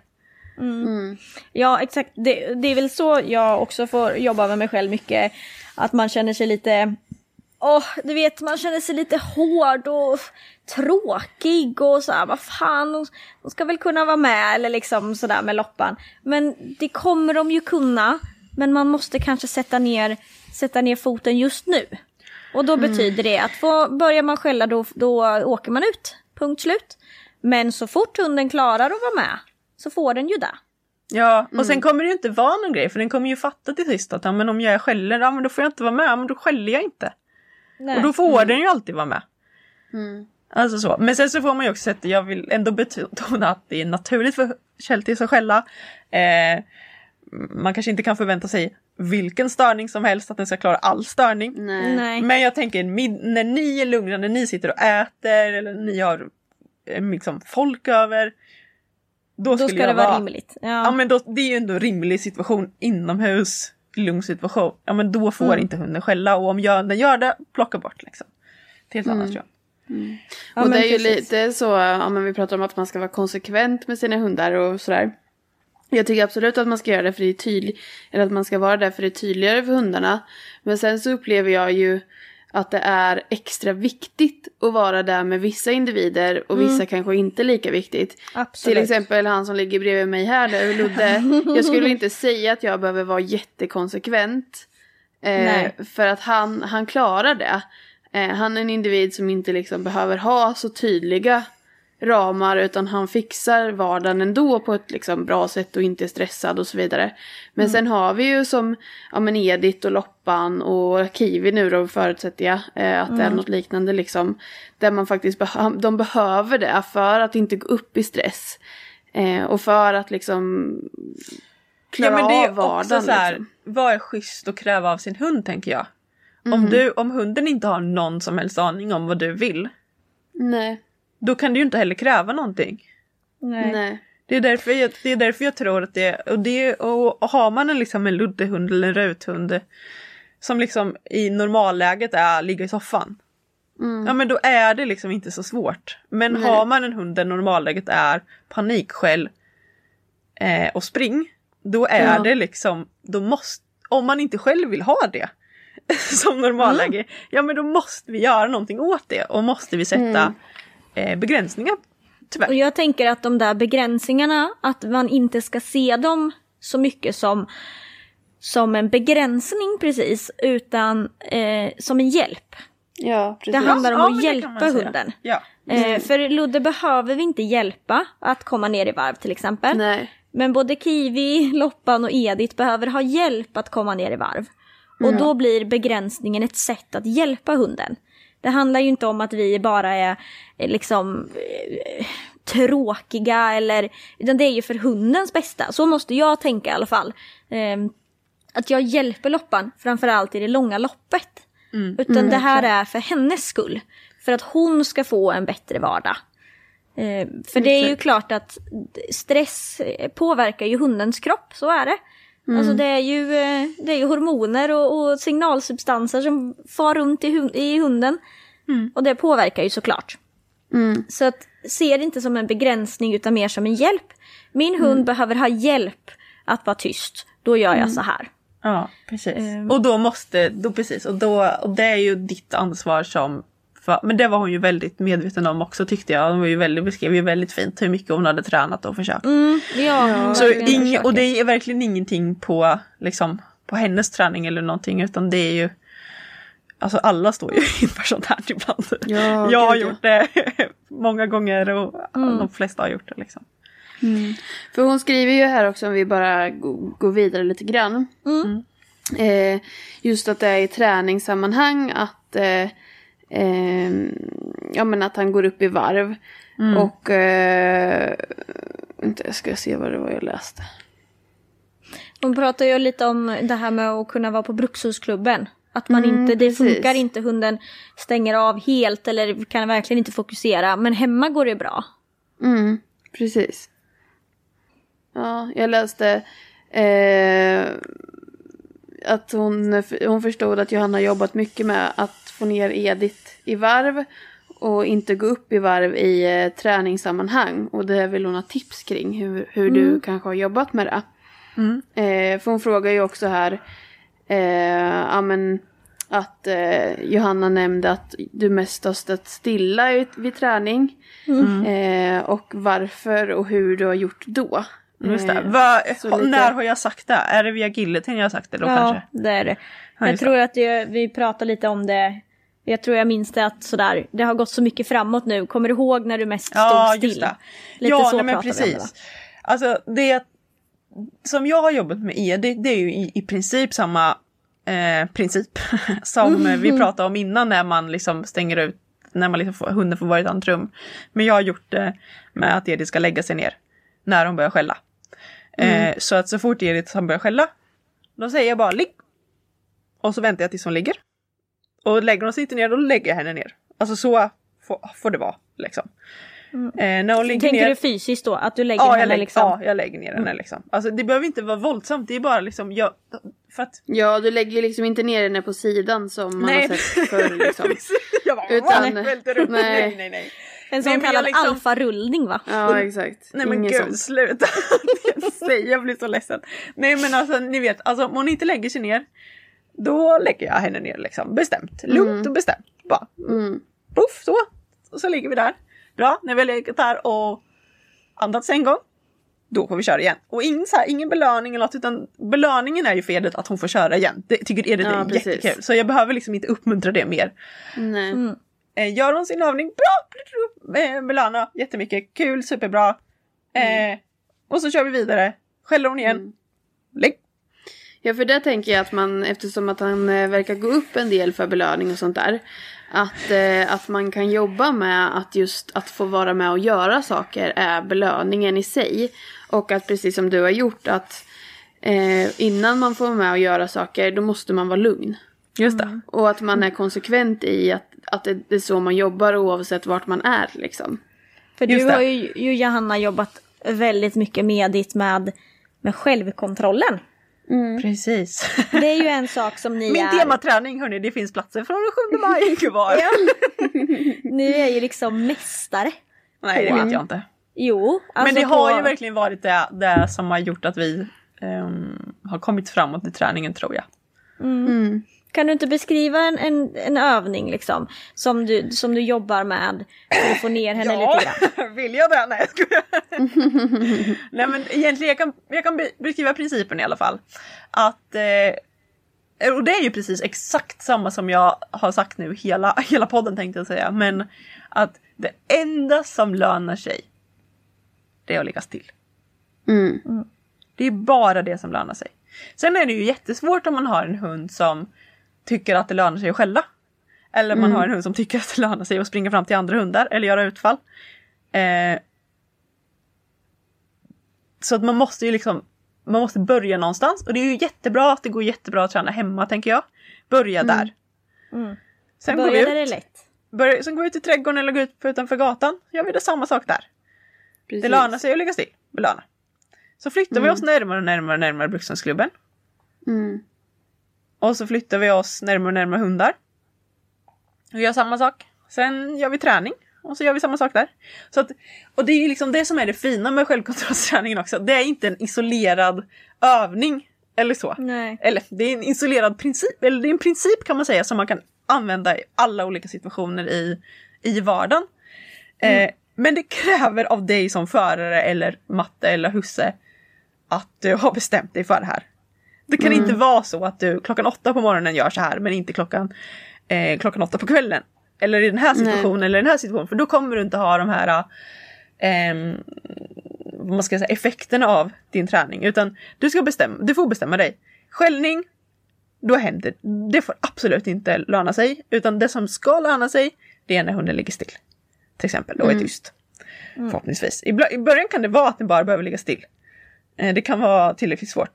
Ja, exakt. Det är väl så jag också får jobba med mig själv mycket. Att man känner sig lite... du vet, man känner sig lite hård och tråkig och så här, vad fan, de ska väl kunna vara med eller liksom sådär med Loppan. Men det kommer de ju kunna, men man måste kanske sätta ner foten just nu. Och då betyder det att börjar man skälla då åker man ut, punkt slut. Men så fort hunden klarar att vara med så får den ju det. Ja, och sen kommer det ju inte vara någon grej, för den kommer ju fatta till sist att men om jag skäller, men då får jag inte vara med, men då skäller jag inte. Nej. Och då får den ju alltid vara med. Alltså så. Men sen så får man ju också sätta, jag vill ändå betona att det är naturligt för shelties att skälla. Man kanske inte kan förvänta sig vilken störning som helst, att den ska klara all störning. Nej. Men jag tänker, när ni är lugna, när ni sitter och äter eller ni har liksom folk över, då ska det vara rimligt. Ja, men då, det är ju ändå en rimlig situation inomhus, lugn situation. Ja, men då får inte hunden skälla, och om den gör det, plocka bort liksom. Helt annat tror jag. Ja, och det är ju lite så, men vi pratar om att man ska vara konsekvent med sina hundar och sådär. Jag tycker absolut att man ska göra det för det är tydligt, eller att man ska vara där för det är tydligare för hundarna. Men sen så upplever jag ju att det är extra viktigt att vara där med vissa individer och vissa kanske inte lika viktigt. Absolut. Till exempel han som ligger bredvid mig här nu, Ludde. Jag skulle inte säga att jag behöver vara jättekonsekvent. För att han klarar det. Han är en individ som inte liksom behöver ha så tydliga ramar, utan han fixar vardagen ändå på ett liksom bra sätt och inte är stressad och så vidare. Men sen har vi ju som Edith och Loppan och Kiwi nu då, förutsätter jag att det är något liknande liksom, där man faktiskt de behöver det för att inte gå upp i stress och för att liksom klara av vardagen. Så här, liksom. Vad är schysst att kräva av sin hund, tänker jag. Om hunden inte har någon som helst aning om vad du vill, då kan du ju inte heller kräva någonting. Nej. Det är därför jag tror att och har man en luddehund eller en ruthund som liksom i normalläget ligger i soffan. Ja, men då är det liksom inte så svårt. Men har man en hund där normalläget är panikskäll och spring, då är det liksom, om man inte själv vill ha det som normalläge, ja men då måste vi göra någonting åt det, och måste vi sätta begränsningar, tyvärr. Och jag tänker att de där begränsningarna, att man inte ska se dem så mycket som en begränsning precis, utan som en hjälp. Ja, precis. Det handlar om att hjälpa hunden. Ja. För Ludde behöver vi inte hjälpa att komma ner i varv till exempel. Nej. Men både Kiwi, Loppan och Edith behöver ha hjälp att komma ner i varv. Och då blir begränsningen ett sätt att hjälpa hunden. Det handlar ju inte om att vi bara är liksom tråkiga, utan det är ju för hundens bästa. Så måste jag tänka i alla fall. Att jag hjälper Loppan, framförallt i det långa loppet. Utan det här är för hennes skull. För att hon ska få en bättre vardag. För det är ju klart att stress påverkar ju hundens kropp, så är det. Alltså det är ju hormoner och signalsubstanser som far runt i hunden. Och det påverkar ju såklart. Så att se det inte som en begränsning utan mer som en hjälp. Min hund behöver ha hjälp att vara tyst. Då gör jag så här. Ja, precis. Och det är ju ditt ansvar som... Men det var hon ju väldigt medveten om också, tyckte jag. Hon beskrev ju väldigt fint hur mycket hon hade tränat och försökt. Och det är verkligen ingenting på hennes träning eller någonting, utan det är ju... Alltså alla står ju inför sånt här ibland. Ja, jag har gjort det många gånger och de flesta har gjort det liksom. För hon skriver ju här också, om vi bara går vidare lite grann. Just att det är i träningssammanhang att... att han går upp i varv. Och jag ska se vad det var jag läste. Hon pratar ju lite om det här med att kunna vara på brukshusklubben. Att man inte, det funkar inte, hunden stänger av helt eller kan verkligen inte fokusera. Men hemma går det bra. Precis. Ja, jag läste att hon förstod att Johanna jobbat mycket med att få ner Edith i varv och inte gå upp i varv i träningssammanhang. Och det vill hon ha tips kring hur du kanske har jobbat med det. För hon frågar ju också här att Johanna nämnde att du mest har stått stilla vid träning. Och varför och hur du har gjort då. Just det. När har jag sagt det? Är det via Gilletin jag har sagt det då kanske? Ja, det är det. Jag tror att vi pratar lite om det. Jag tror jag minns det att sådär, det har gått så mycket framåt nu. Kommer du ihåg när du mest stod still? Just det. Lite så men precis. Alltså det som jag har jobbat med det är ju i princip samma princip som vi pratade om innan, när man liksom stänger ut när man liksom hunden får vara i ett annat rum. Men jag har gjort det med att Edith ska lägga sig ner när hon börjar skälla. Så att så fort Edith börjar skälla, då säger jag bara ligg. Och så väntar jag tills hon ligger. Och lägger hon sig inte ner, då lägger jag henne ner. Alltså så får det vara liksom. När hon ligger tänker ner, du fysiskt då? Att du lägger henne liksom? Ja, jag lägger ner henne liksom. Alltså det behöver inte vara våldsamt, det är bara liksom för att... Ja, du lägger liksom inte ner henne på sidan som man har sett förr liksom. Jag bara, nej. En sån kallad liksom... alfarullning va? Ja, exakt. Nej men gud, sluta. Jag blir så ledsen. Nej men alltså, ni vet, alltså, om hon inte lägger sig ner, då lägger jag henne ner liksom. Bestämt, lugnt och bestämt. Bara, puff, så. Och så ligger vi där. Bra, när vi har legat där och andats en gång, då får vi köra igen. Och ingen belöning eller något, utan belöningen är ju för Edith att hon får köra igen. Det tycker Edith är jättekul. Så jag behöver liksom inte uppmuntra det mer. Nej. Gör hon sin övning, bra, belöna jättemycket, kul, superbra. Och så kör vi vidare. Skäller hon igen, lägg. Ja, för det tänker jag att man, eftersom att han verkar gå upp en del för belöning och sånt där, att man kan jobba med att just att få vara med och göra saker är belöningen i sig. Och att precis som du har gjort, att innan man får vara med och göra saker, då måste man vara lugn. Just det. Och att man är konsekvent i att det är så man jobbar oavsett vart man är liksom. För du har ju Johanna jobbat väldigt mycket med självkontrollen. Precis. Det är ju en sak som ni Min tematräning, hörni, det finns platser från den 7 maj kvar. Ni är ju liksom mästare. Nej, det vet jag inte. Jo. Alltså men det har ju verkligen varit det som har gjort att vi har kommit framåt i träningen, tror jag. Kan du inte beskriva en övning liksom som du jobbar med för att få ner henne lite grann? Vill jag det? Nej, nej, men egentligen jag kan beskriva principen i alla fall. Att och det är ju precis exakt samma som jag har sagt nu hela podden, tänkte jag säga, men att det enda som lönar sig, det är att ligga still. Det är bara det som lönar sig. Sen är det ju jättesvårt om man har en hund som tycker att det lönar sig att skälla. Eller man har en hund som tycker att det lönar sig att springa fram till andra hundar eller göra utfall. Så att man måste ju liksom, man måste börja någonstans. Och det är ju jättebra att det går jättebra att träna hemma, tänker jag. Börja där. Sen går vi ut. Där är lätt. Sen går vi ut i trädgården eller går ut utanför gatan. Gör vi det samma sak där. Precis. Det lönar sig att ligga still. Belöna. Så flyttar vi oss närmare Brukshundsklubben. Och så flyttar vi oss närmare hundar. Och gör samma sak. Sen gör vi träning. Och så gör vi samma sak där. Så att, och det är ju liksom det som är det fina med självkontrollsträningen också. Det är inte en isolerad övning. Eller så. Nej. Eller det är en isolerad princip. Eller det är en princip, kan man säga, som man kan använda i alla olika situationer i vardagen. Men det kräver av dig som förare eller matte eller husse att du har bestämt dig för det här. Det kan inte vara så att du klockan 8 på morgonen gör så här, men inte klockan 8 på kvällen. Eller i den här situationen eller den här situationen. För då kommer du inte ha de här vad man ska säga, effekterna av din träning. Utan du får bestämma dig. Skällning, då händer det får absolut inte löna sig. Utan det som ska löna sig, det är när hunden ligger still. Till exempel, och är tyst. Förhoppningsvis. I början kan det vara att den bara behöver ligga still. Det kan vara tillräckligt svårt.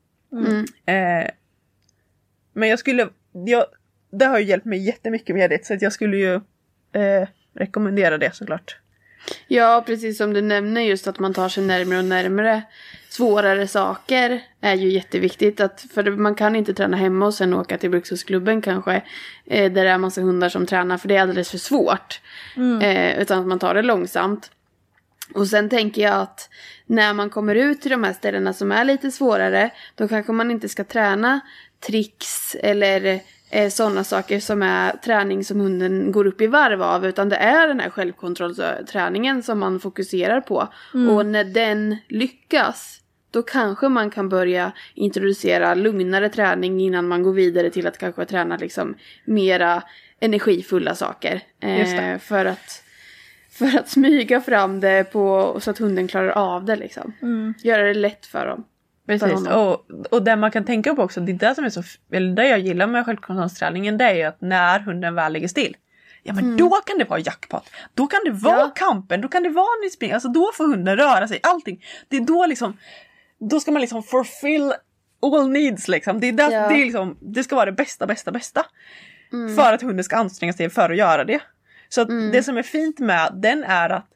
Men det har ju hjälpt mig jättemycket med det. Så att jag skulle ju rekommendera det, såklart. Ja, precis som du nämner, just att man tar sig närmare och närmare svårare saker är ju jätteviktigt. För man kan inte träna hemma och sen åka till Brukshundsklubben kanske, där det är en massa hundar som tränar, för det är alldeles för svårt. Utan att man tar det långsamt. Och sen tänker jag att när man kommer ut till de här ställena som är lite svårare, då kanske man inte ska träna tricks eller sådana saker som är träning som hunden går upp i varv av, utan det är den här självkontrollträningen som man fokuserar på. Och när den lyckas, då kanske man kan börja introducera lugnare träning innan man går vidare till att kanske träna liksom mera energifulla saker. För att smyga fram det så att hunden klarar av det liksom. Göra det lätt för dem. Precis, och det man kan tänka på också, det är det som är så, eller det jag gillar med självkontrollträningen, det är ju att när hunden väl ligger still, ja men då kan det vara jackpot. Då kan det vara kampen, då kan det vara nyspring. Alltså då får hunden röra sig, allting. Det är då liksom, då ska man liksom fulfill all needs liksom. Det är där, det är liksom, det ska vara det bästa. För att hunden ska anstränga sig för att göra det. Så att det som är fint med den är att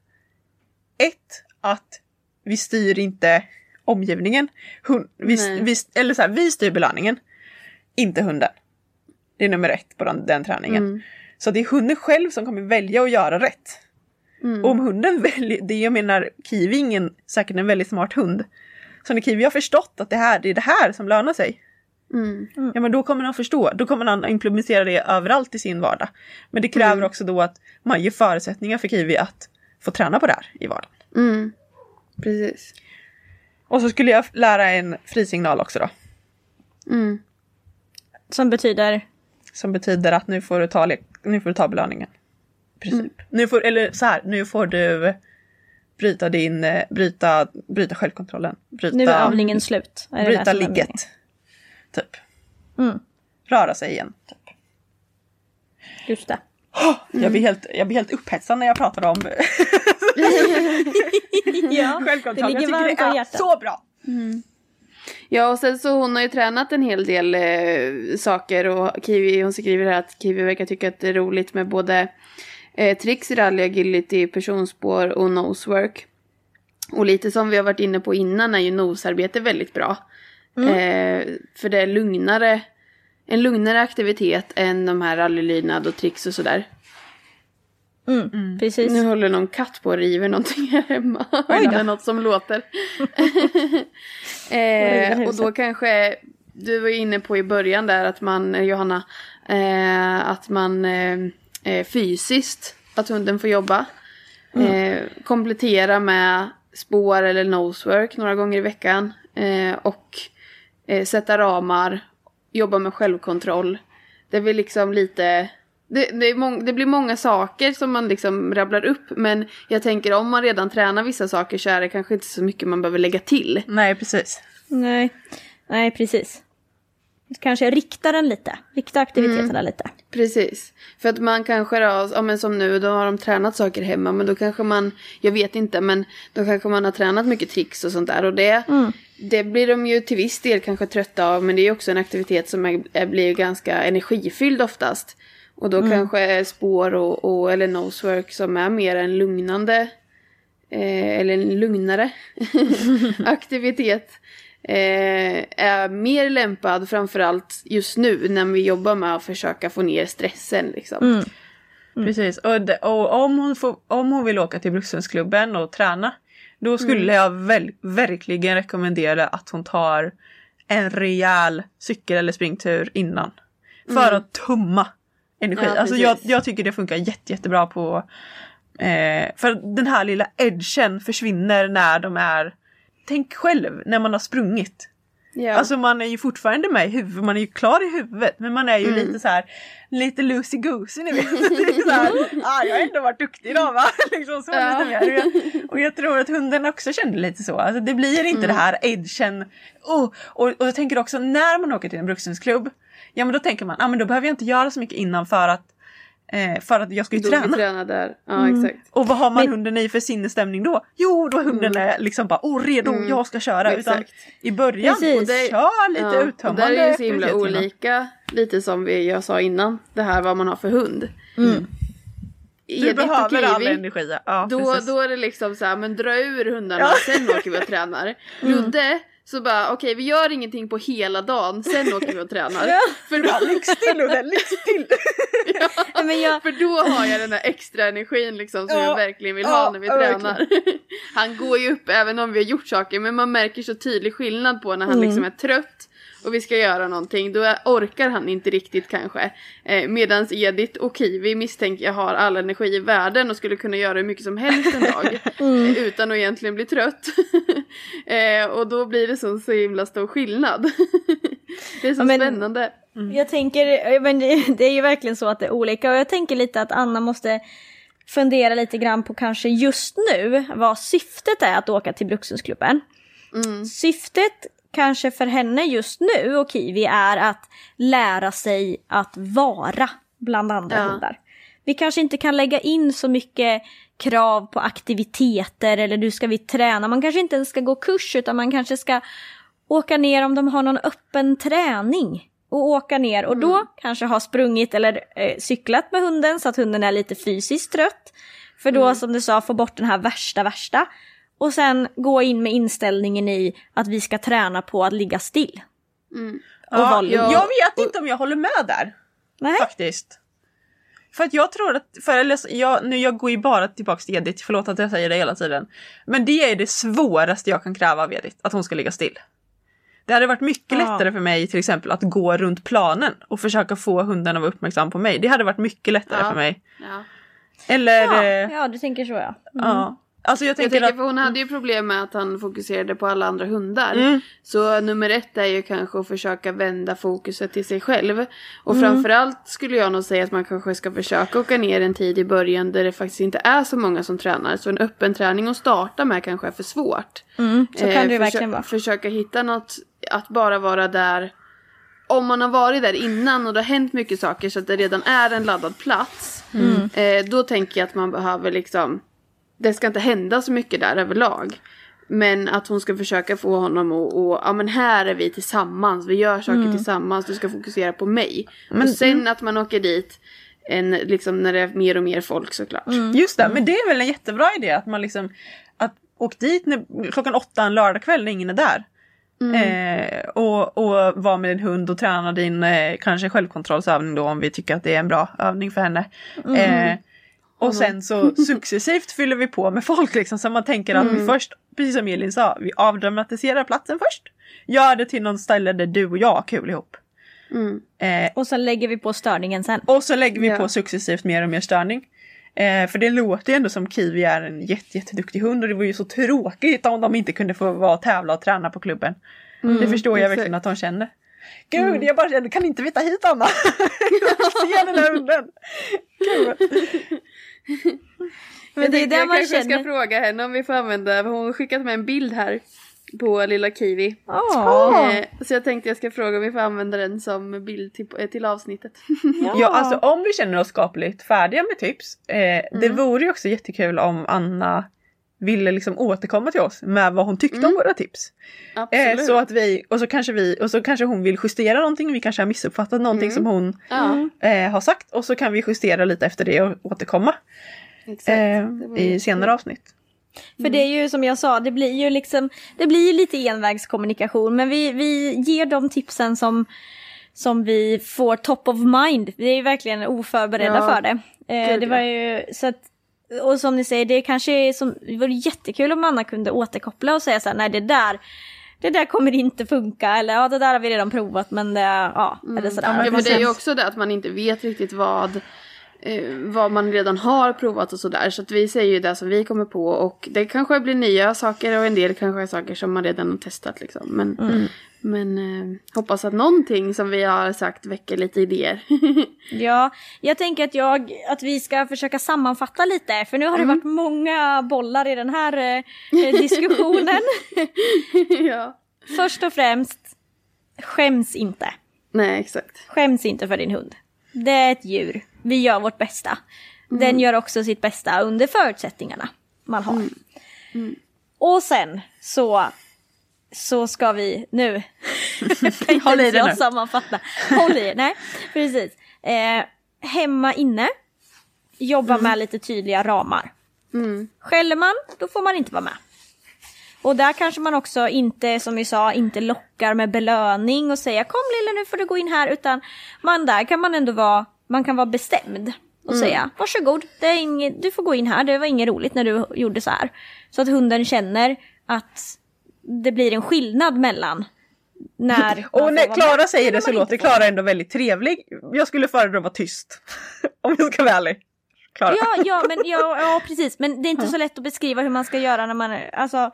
att vi styr inte omgivningen. Vi styr belöningen, inte hunden. Det är nummer 1 på den träningen. Så det är hunden själv som kommer välja att göra rätt. Och om hunden väljer, det jag menar, Kiwi är säkert en väldigt smart hund. Så när Kiwi har förstått att det är det här som lönar sig. Ja, men då kommer han förstå. Då kommer han implementera det överallt i sin vardag. Men det kräver också då att man ger förutsättningar för Kiwi att få träna på det här i vardagen. Precis. Och så skulle jag lära en frisignal också då. Som betyder att nu får du ta belöningen. Princip. Nu får du bryta självkontrollen. Nu är övningen slut. Bryta ligget. Typ. Röra sig igen. Typ. Just det. Jag blir helt upphetsad när jag pratar om självkontroll. Jag tycker det är så bra. Ja, och sen så hon har ju tränat en hel del saker, och Kiwi, hon skriver här att Kiwi verkar tycka att det är roligt med både tricks, rally, agility, personspår och nosework. Och lite som vi har varit inne på innan är ju nosearbete väldigt bra. För det är en lugnare aktivitet än de här rallylydnad och tricks och sådär. Precis. Nu håller någon katt på och river någonting här hemma. Det är något som låter. Och då kanske du var inne på i början där att man, Johanna, att man fysiskt, att hunden får jobba. Komplettera med spår eller nosework några gånger i veckan. Och sätta ramar, jobba med självkontroll. Det är väl liksom lite... Det blir många saker som man liksom rabblar upp. Men jag tänker, om man redan tränar vissa saker så är det kanske inte så mycket man behöver lägga till. Nej, precis. Nej, precis. Kanske rikta den lite. Rikta aktiviteterna lite. Precis. För att man kanske men som nu, då har de tränat saker hemma. Men då kanske man, jag vet inte, men då kanske man har tränat mycket tricks och sånt där. Och det blir de ju till viss del kanske trötta av. Men det är också en aktivitet som blir ganska energifylld oftast. Och då kanske spår eller nosework som är mer en lugnande eller en lugnare aktivitet är mer lämpad, framförallt just nu när vi jobbar med att försöka få ner stressen liksom. Precis, och om hon vill åka till Brukshundsklubben och träna, då skulle jag verkligen rekommendera att hon tar en rejäl cykel- eller springtur innan. För att tumma energi. Ja, alltså jag tycker det funkar jättebra på för den här lilla edgen försvinner när de är, tänk själv när man har sprungit. Ja. Alltså man är ju fortfarande med i huvudet, man är ju klar i huvudet, men man är ju lite så här, lite loosey-goosey, ni vet. Det är så här, jag har ändå varit duktig idag va? Liksom så lite mer. Och jag tror att hunden också kände lite så. Alltså det blir inte det här edgen. Och jag tänker också, när man åker till en brukshundsklubb, ja men då tänker man, men då behöver jag inte göra så mycket innan för att jag ska ju träna där. Ja, exakt. Och vad har man hunden i för sinnesstämning då? Jo, då hunden är liksom bara redo, jag ska köra. Exakt. Utan i början, och kör lite uttömmande. Och där är ju så himla olika, lite som jag sa innan, det här vad man har för hund. Du behöver all energi. Ja, då är det liksom så här, men dra ur hundarna, sen åker vi och tränar. Ludde, så bara, okej, vi gör ingenting på hela dagen, sen åker vi och tränar. För då ligg still och ligg still. För då har jag den där extra energin liksom, som jag verkligen vill ha när vi tränar. Han går ju upp även om vi har gjort saker, men man märker så tydlig skillnad på när han liksom är trött och vi ska göra någonting, då orkar han inte riktigt kanske. Medans Edith och Kiwi misstänker jag har all energi i världen och skulle kunna göra hur mycket som helst en dag utan att egentligen bli trött. Och då blir det så himla stor skillnad. Det är så spännande. Jag tänker, men det är ju verkligen så att det är olika, och jag tänker lite att Anna måste fundera lite grann på kanske just nu vad syftet är att åka till Brukshundsklubben. Syftet kanske för henne just nu och Kiwi är att lära sig att vara bland andra hundar. vi kanske inte kan lägga in så mycket krav på aktiviteter eller du ska vi träna. Man kanske inte ens ska gå kurs utan man kanske ska åka ner om de har någon öppen träning. Och åka ner och då kanske ha sprungit eller cyklat med hunden så att hunden är lite fysiskt trött. För då som du sa få bort den här värsta. Och sen gå in med inställningen i att vi ska träna på att ligga still. Jag vet inte om jag håller med där. Nej. Faktiskt. För att jag tror att, jag går ju bara tillbaka till Edith, förlåt att jag säger det hela tiden. Men det är det svåraste jag kan kräva av Edith, att hon ska ligga still. Det hade varit mycket lättare för mig till exempel att gå runt planen och försöka få hunden att vara uppmärksam på mig. Det hade varit mycket lättare för mig. Ja. Eller... Ja, du tänker så, ja. Ja. Alltså jag tänker för hon hade ju problem med att han fokuserade på alla andra hundar. Så nummer 1 är ju kanske att försöka vända fokuset till sig själv. Och framförallt skulle jag nog säga att man kanske ska försöka åka ner en tid i början där det faktiskt inte är så många som tränar. Så en öppen träning att starta med kanske är för svårt. Så kan det verkligen vara. Försöka hitta något att bara vara där. Om man har varit där innan och det har hänt mycket saker så att det redan är en laddad plats. Då tänker jag att man behöver liksom... Det ska inte hända så mycket där överlag. Men att hon ska försöka få honom och ja men här är vi tillsammans. Vi gör saker tillsammans. Du ska fokusera på mig. Och sen att man åker dit liksom när det är mer och mer folk såklart. Just det, men det är väl en jättebra idé att man liksom åka dit klockan 8 en lördagkväll när ingen är där. Och vara med din hund och träna din kanske självkontrollsövning då om vi tycker att det är en bra övning för henne. Och sen så successivt fyller vi på med folk liksom. Så man tänker att vi först, precis som Elin sa, vi avdramatiserar platsen först. Gör det till någon ställe där du och jag har kul ihop. Och så lägger vi på störningen sen. Och så lägger vi på successivt mer och mer störning. För det låter ju ändå som Kiwi är en jätteduktig hund. Och det var ju så tråkigt om de inte kunde få vara tävla och träna på klubben. Det förstår jag verkligen att de känner. Gud, jag bara känner, kan inte vi ta hit Anna? Se den här hunden. Gud. Men det är det man känner. Jag ska fråga henne om vi får använda. Hon har skickat med en bild här på lilla Kiwi. Så jag tänkte jag ska fråga om vi får använda den som bild till avsnittet. Ja, alltså om vi känner oss skapligt färdiga med tips. Det vore ju också jättekul om Anna ville liksom återkomma till oss med vad hon tyckte om våra tips. Så att och så kanske hon vill justera någonting. Vi kanske har missuppfattat någonting som hon har sagt. Och så kan vi justera lite efter det och återkomma. I senare avsnitt. För det är ju som jag sa, det blir ju lite envägskommunikation. Men vi ger de tipsen som vi får top of mind. Vi är ju verkligen oförberedda för det. Det var ju så att, och som ni säger, det kanske det vore jättekul om Anna kunde återkoppla och säga så här: nej, det där kommer inte funka, eller det där har vi redan provat, men det eller sådär. Ja, men det är ju också det att man inte vet riktigt vad man redan har provat och sådär. Så att vi säger ju det som vi kommer på. Och det kanske blir nya saker och en del kanske är saker som man redan har testat liksom. Men hoppas att någonting som vi har sagt väcker lite idéer. Ja, jag tänker att vi ska försöka sammanfatta lite. För nu har det varit många bollar i den här diskussionen. Ja. Först och främst, skäms inte. Nej, exakt. Skäms inte för din hund. Det är ett djur. Vi gör vårt bästa. Den gör också sitt bästa under förutsättningarna man har. Och sen så ska vi nu håll i det nu. Sammanfatta. Håll i det. Nej, precis. Hemma inne jobba med lite tydliga ramar. Skäller man, då får man inte vara med. Och där kanske man också inte, som vi sa, inte lockar med belöning och säga kom lilla nu får du gå in här, utan där kan man ändå vara bestämd och säga varsågod, du får gå in här, det var inget roligt när du gjorde så här. Så att hunden känner att det blir en skillnad mellan när... Och när Klara säger det så låter Klara ändå väldigt trevlig. Jag skulle föredra att vara tyst. Om jag ska vara ärlig. Klara. Ja, precis. Men det är inte så lätt att beskriva hur man ska göra när man... Alltså...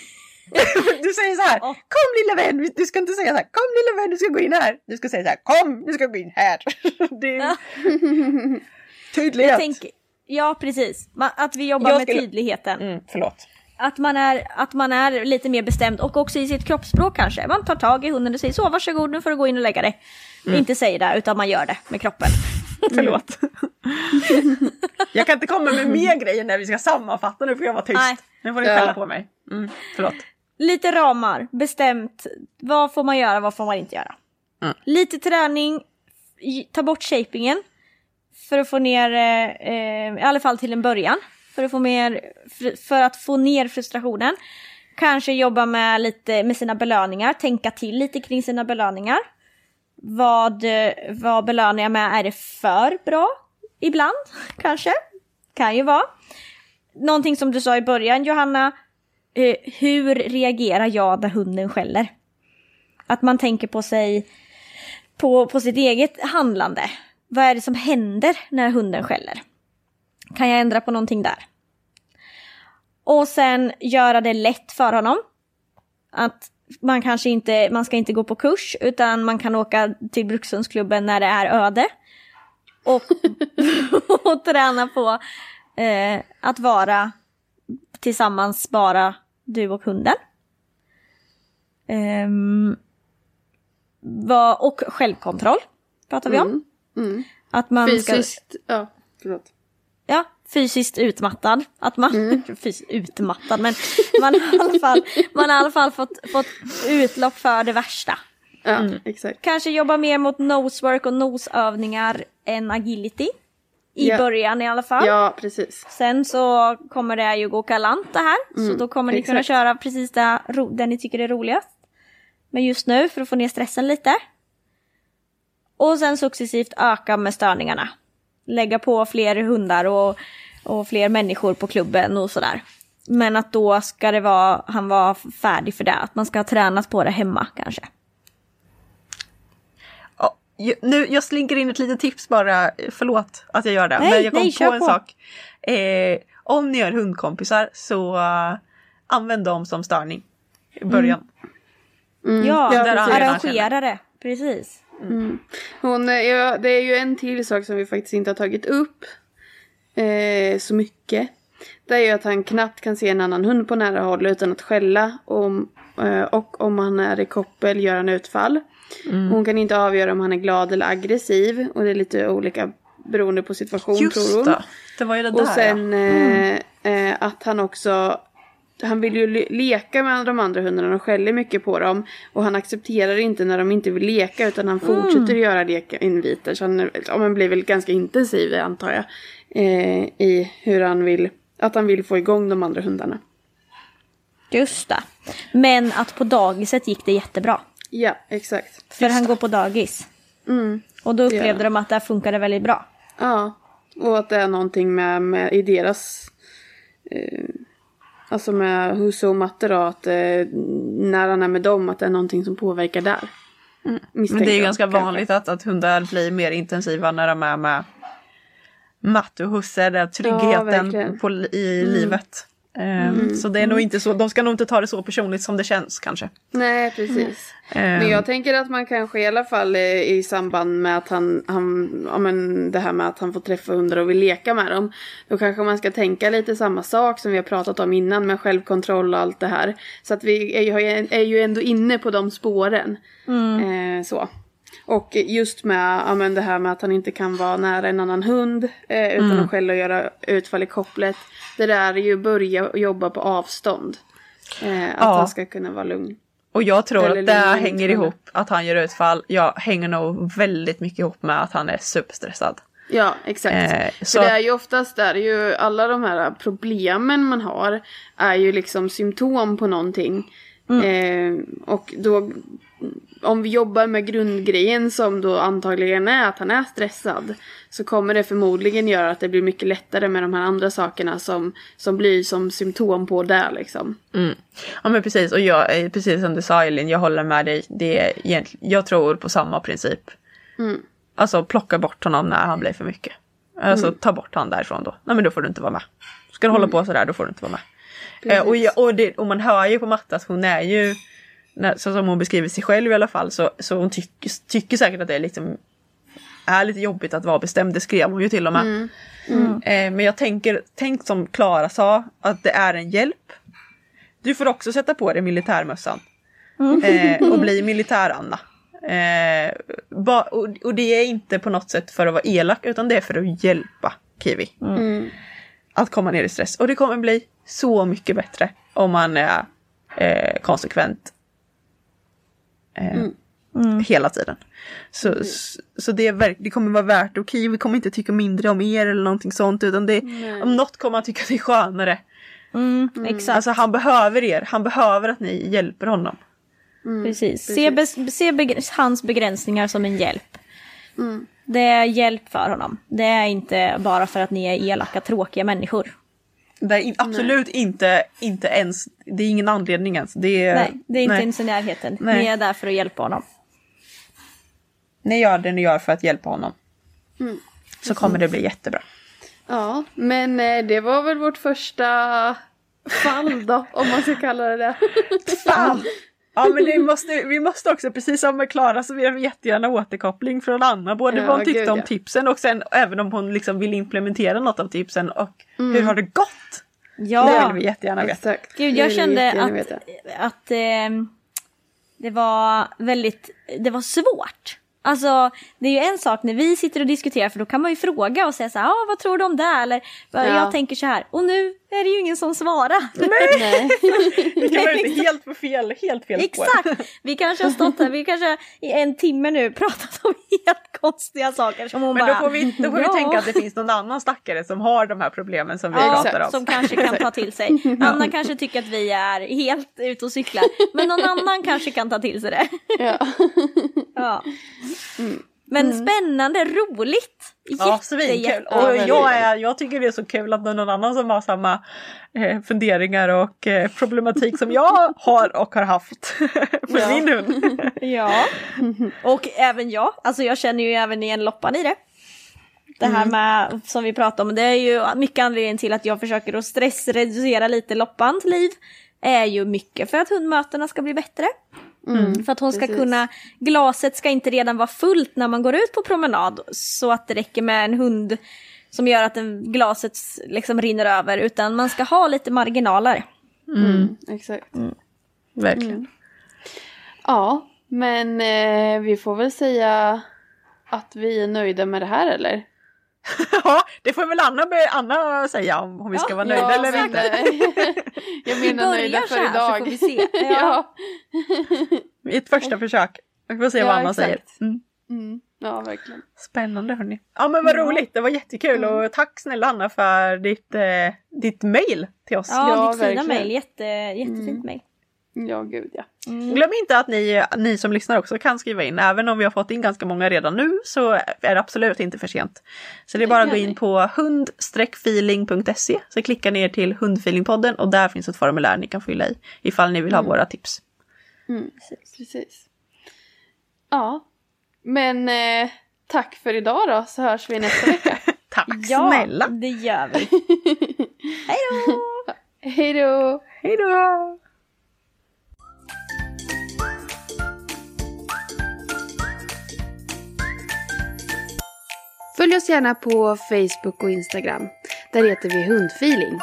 Du säger så här, kom lilla vän. Du ska inte säga så här, kom lilla vän, du ska gå in här. Du ska säga så här, kom, du ska gå in här. Det är tydlighet. Ja, precis. Att vi jobbar med tydligheten. Förlåt. Att man är lite mer bestämd. Och också i sitt kroppsspråk kanske. Man tar tag i hunden och säger så, varsågod, nu får du gå in och lägga dig. Inte säger det, utan man gör det med kroppen. Förlåt. Jag kan inte komma med mer grejer när vi ska sammanfatta. Nu får jag vara tyst. Nej. Nu får ni skälla på mig. Förlåt. Lite ramar, bestämt. Vad får man göra, vad får man inte göra? Lite träning, ta bort shapingen. För att få ner, i alla fall till en början. För att få ner frustrationen. Kanske jobba med sina belöningar. Tänka till lite kring sina belöningar. Vad belönar jag med? Är det för bra? Ibland, kanske. Kan ju vara. Någonting som du sa i början, Johanna. Hur reagerar jag när hunden skäller? Att man tänker på sig på sitt eget handlande. Vad är det som händer när hunden skäller? Kan jag ändra på någonting där? Och sen göra det lätt för honom. Att man ska inte gå på kurs, utan man kan åka till Brukshundsklubben när det är öde. Och träna på att vara tillsammans, bara du och hunden. Och självkontroll pratar vi om. Att man fysiskt, fysiskt utmattad. Att man fysiskt utmattad, men man har i alla fall fått utlopp för det värsta. Ja, exakt. Kanske jobba mer mot nosework och nosövningar än agility. I början i alla fall. Ja, precis. Sen så kommer det ju gå galant det här. Så då kommer ni kunna köra precis det ni tycker är roligast. Men just nu, för att få ner stressen lite. Och sen successivt öka med störningarna. Lägga på fler hundar och fler människor på klubben och sådär. Men att då ska han vara färdig för det. Att man ska ha tränat på det hemma kanske. Nu, jag slinker in ett litet tips bara. Förlåt att jag gör det. Men jag kom på en sak. Om ni gör hundkompisar så använd dem som störning i början. Arrangera det. Precis. Det är ju en till sak som vi faktiskt inte har tagit upp så mycket. Det är ju att han knappt kan se en annan hund på nära håll utan att skälla. Och om han är i koppel gör han utfall. Hon kan inte avgöra om han är glad eller aggressiv. Och det är lite olika beroende på situation. Just tror hon. Det var ju det där. Och sen att han också... Han vill ju leka med de andra hundarna och skäller mycket på dem. Och han accepterar inte när de inte vill leka, utan han fortsätter göra lekinviter. Så han blir väl ganska intensiv, antar jag. I hur han vill få igång de andra hundarna. Just det. Men att på dagiset gick det jättebra. Ja, exakt. För han går på dagis. Och då upplevde de att det funkade väldigt bra. Ja, och att det är någonting med i deras... Alltså med husse och matte då, att när han är med dem, att det är någonting som påverkar där. Men det är ju ganska vanligt att hundar blir mer intensiva när de är med matte och husse. Det är tryggheten i livet. Så det är nog inte så, de ska nog inte ta det så personligt som det känns kanske. Nej, precis. Men jag tänker att man kanske i alla fall i samband med att det här med att han får träffa hundar och vill leka med dem, då kanske man ska tänka lite samma sak som vi har pratat om innan med självkontroll och allt det här. Så att vi är ju ändå inne på de spåren. Så. Och just med det här med att han inte kan vara nära en annan hund utan att själv göra utfall i kopplet. Det där är ju börja jobba på avstånd. Att han ska kunna vara lugn. Och jag tror att det hänger ihop att han gör utfall. Jag hänger nog väldigt mycket ihop med att han är superstressad. Ja, exakt. Så det är ju oftast där ju alla de här problemen man har är ju liksom symptom på någonting. Och då om vi jobbar med grundgrejen som då antagligen är att han är stressad, så kommer det förmodligen göra att det blir mycket lättare med de här andra sakerna som blir som symptom på det liksom. Ja men precis, och jag, precis som du sa Elin, jag håller med dig. Det är egentligen, jag tror på samma princip. Alltså plocka bort honom när han blir för mycket. Alltså ta bort han därifrån då. Nej men då får du inte vara med. Ska du hålla på sådär, då får du inte vara med. Och man hör ju på Matta att hon är ju, så som hon beskriver sig själv i alla fall, så hon tycker säkert att det är lite jobbigt att vara bestämd. Det skrev hon ju till och med. Men jag tänk som Klara sa, att det är en hjälp. Du får också sätta på dig militärmössan och bli militär-Anna. Och det är inte på något sätt för att vara elak, utan det är för att hjälpa Kiwi att komma ner i stress. Och det kommer bli så mycket bättre om man är konsekvent hela tiden. Så det kommer vara värt, och Kiwi kommer inte tycka mindre om er eller någonting sånt, utan om något kommer han tycka det är skönare. Exakt. Alltså han behöver er, han behöver att ni hjälper honom. Precis. Se hans begränsningar som en hjälp. Det är hjälp för honom. Det är inte bara för att ni är elaka, tråkiga människor. Det är absolut inte ens, det är ingen anledning ens. Det är inte ens i närheten. Nej. Ni är där för att hjälpa honom. Ni gör det ni gör för att hjälpa honom. Så kommer det bli jättebra. Ja, men det var väl vårt första fall då, om man ska kalla det. Fall! Ja, men vi måste också, precis som med Klara, så vill jag jättegärna återkoppling från Anna. Både vad hon tyckte om tipsen och sen även om hon liksom vill implementera något av tipsen. Och hur har det gått? Ja, det vill vi jättegärna veta. Exakt. Gud, jag kände att det var svårt. Alltså, det är ju en sak när vi sitter och diskuterar, för då kan man ju fråga och säga så här, vad tror du om det? Eller jag tänker så här, och nu är det ju ingen som svarar. Nej. Vi kan vara inte helt fel Exakt. Vi kanske har stått här, vi kanske i en timme nu pratat om helt konstiga saker som hon. Men då får vi tänka att det finns någon annan stackare som har de här problemen som vi pratar om. Som kanske kan ta till sig. Anna kanske tycker att vi är helt ute och cyklar, men någon annan kanske kan ta till sig det. Ja. Men spännande, roligt. Ja, svinkul. Och jag tycker det är så kul att någon annan som har samma funderingar och problematik som jag har och har haft med min hund. Ja, och även jag. Alltså jag känner ju även igen Loppan i det. Det här med, som vi pratade om, det är ju mycket anledning till att jag försöker att stressreducera lite Loppans liv. Är ju mycket för att hundmötena ska bli bättre. För att hon ska kunna, glaset ska inte redan vara fullt när man går ut på promenad, så att det räcker med en hund som gör att glaset liksom rinner över, utan man ska ha lite marginaler. Exakt. Verkligen. Ja, men vi får väl säga att vi är nöjda med det här, eller? Ja, det får väl Anna säga om vi ska vara nöjda eller inte. Jag menar nöjda för idag. Så får vi se. Ja. Ett första försök. Vi får se vad Anna säger. Ja, verkligen. Spännande, hörni. Ja, men vad roligt. Det var jättekul. Och tack snälla Anna för ditt mejl till oss. Ja, ditt fina mejl. Jättefint mejl. Ja, gud ja. Glöm inte att ni som lyssnar också kan skriva in. Även om vi har fått in ganska många redan nu, så är det absolut inte för sent. Så det är bara att gå in på hund-feeling.se, så klickar ni er till Hundfeelingpodden, och där finns ett formulär ni kan fylla i ifall ni vill ha våra tips. Precis. Ja, men tack för idag då, så hörs vi nästa vecka. Tack snälla. Ja, det gör vi. Hej då! Hej då! Hej då! Följ oss gärna på Facebook och Instagram. Där heter vi Hundfeeling.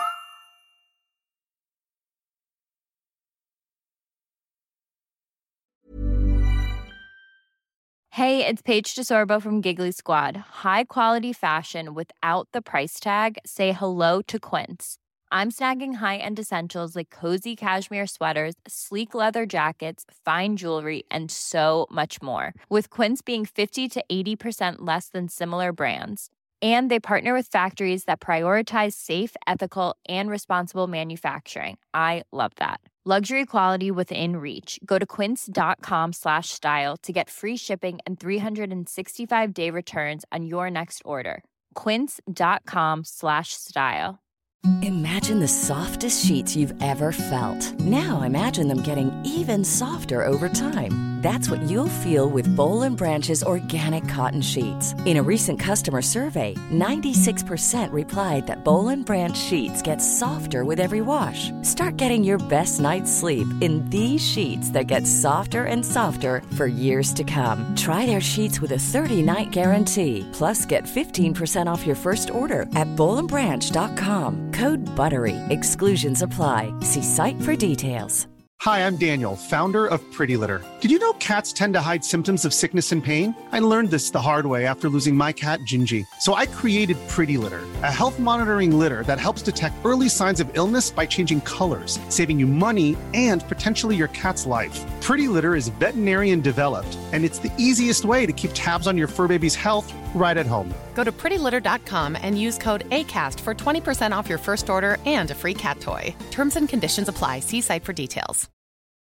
Hey, it's Paige DeSorbo from Giggly Squad. High quality fashion without the price tag. Say hello to Quince. I'm snagging high-end essentials like cozy cashmere sweaters, sleek leather jackets, fine jewelry, and so much more. With Quince being 50 to 80% less than similar brands. And they partner with factories that prioritize safe, ethical, and responsible manufacturing. I love that. Luxury quality within reach. Go to quince.com/style to get free shipping and 365-day returns on your next order. Quince.com/style. Imagine the softest sheets you've ever felt. Now imagine them getting even softer over time. That's what you'll feel with Boll & Branch's organic cotton sheets. In a recent customer survey, 96% replied that Boll & Branch sheets get softer with every wash. Start getting your best night's sleep in these sheets that get softer and softer for years to come. Try their sheets with a 30-night guarantee. Plus, get 15% off your first order at bollandbranch.com. Code BUTTERY. Exclusions apply. See site for details. Hi, I'm Daniel, founder of Pretty Litter. Did you know cats tend to hide symptoms of sickness and pain? I learned this the hard way after losing my cat, Gingy. So I created Pretty Litter, a health monitoring litter that helps detect early signs of illness by changing colors, saving you money and potentially your cat's life. Pretty Litter is veterinarian developed, and it's the easiest way to keep tabs on your fur baby's health right at home. Go to prettylitter.com and use code ACAST for 20% off your first order and a free cat toy. Terms and conditions apply. See site for details.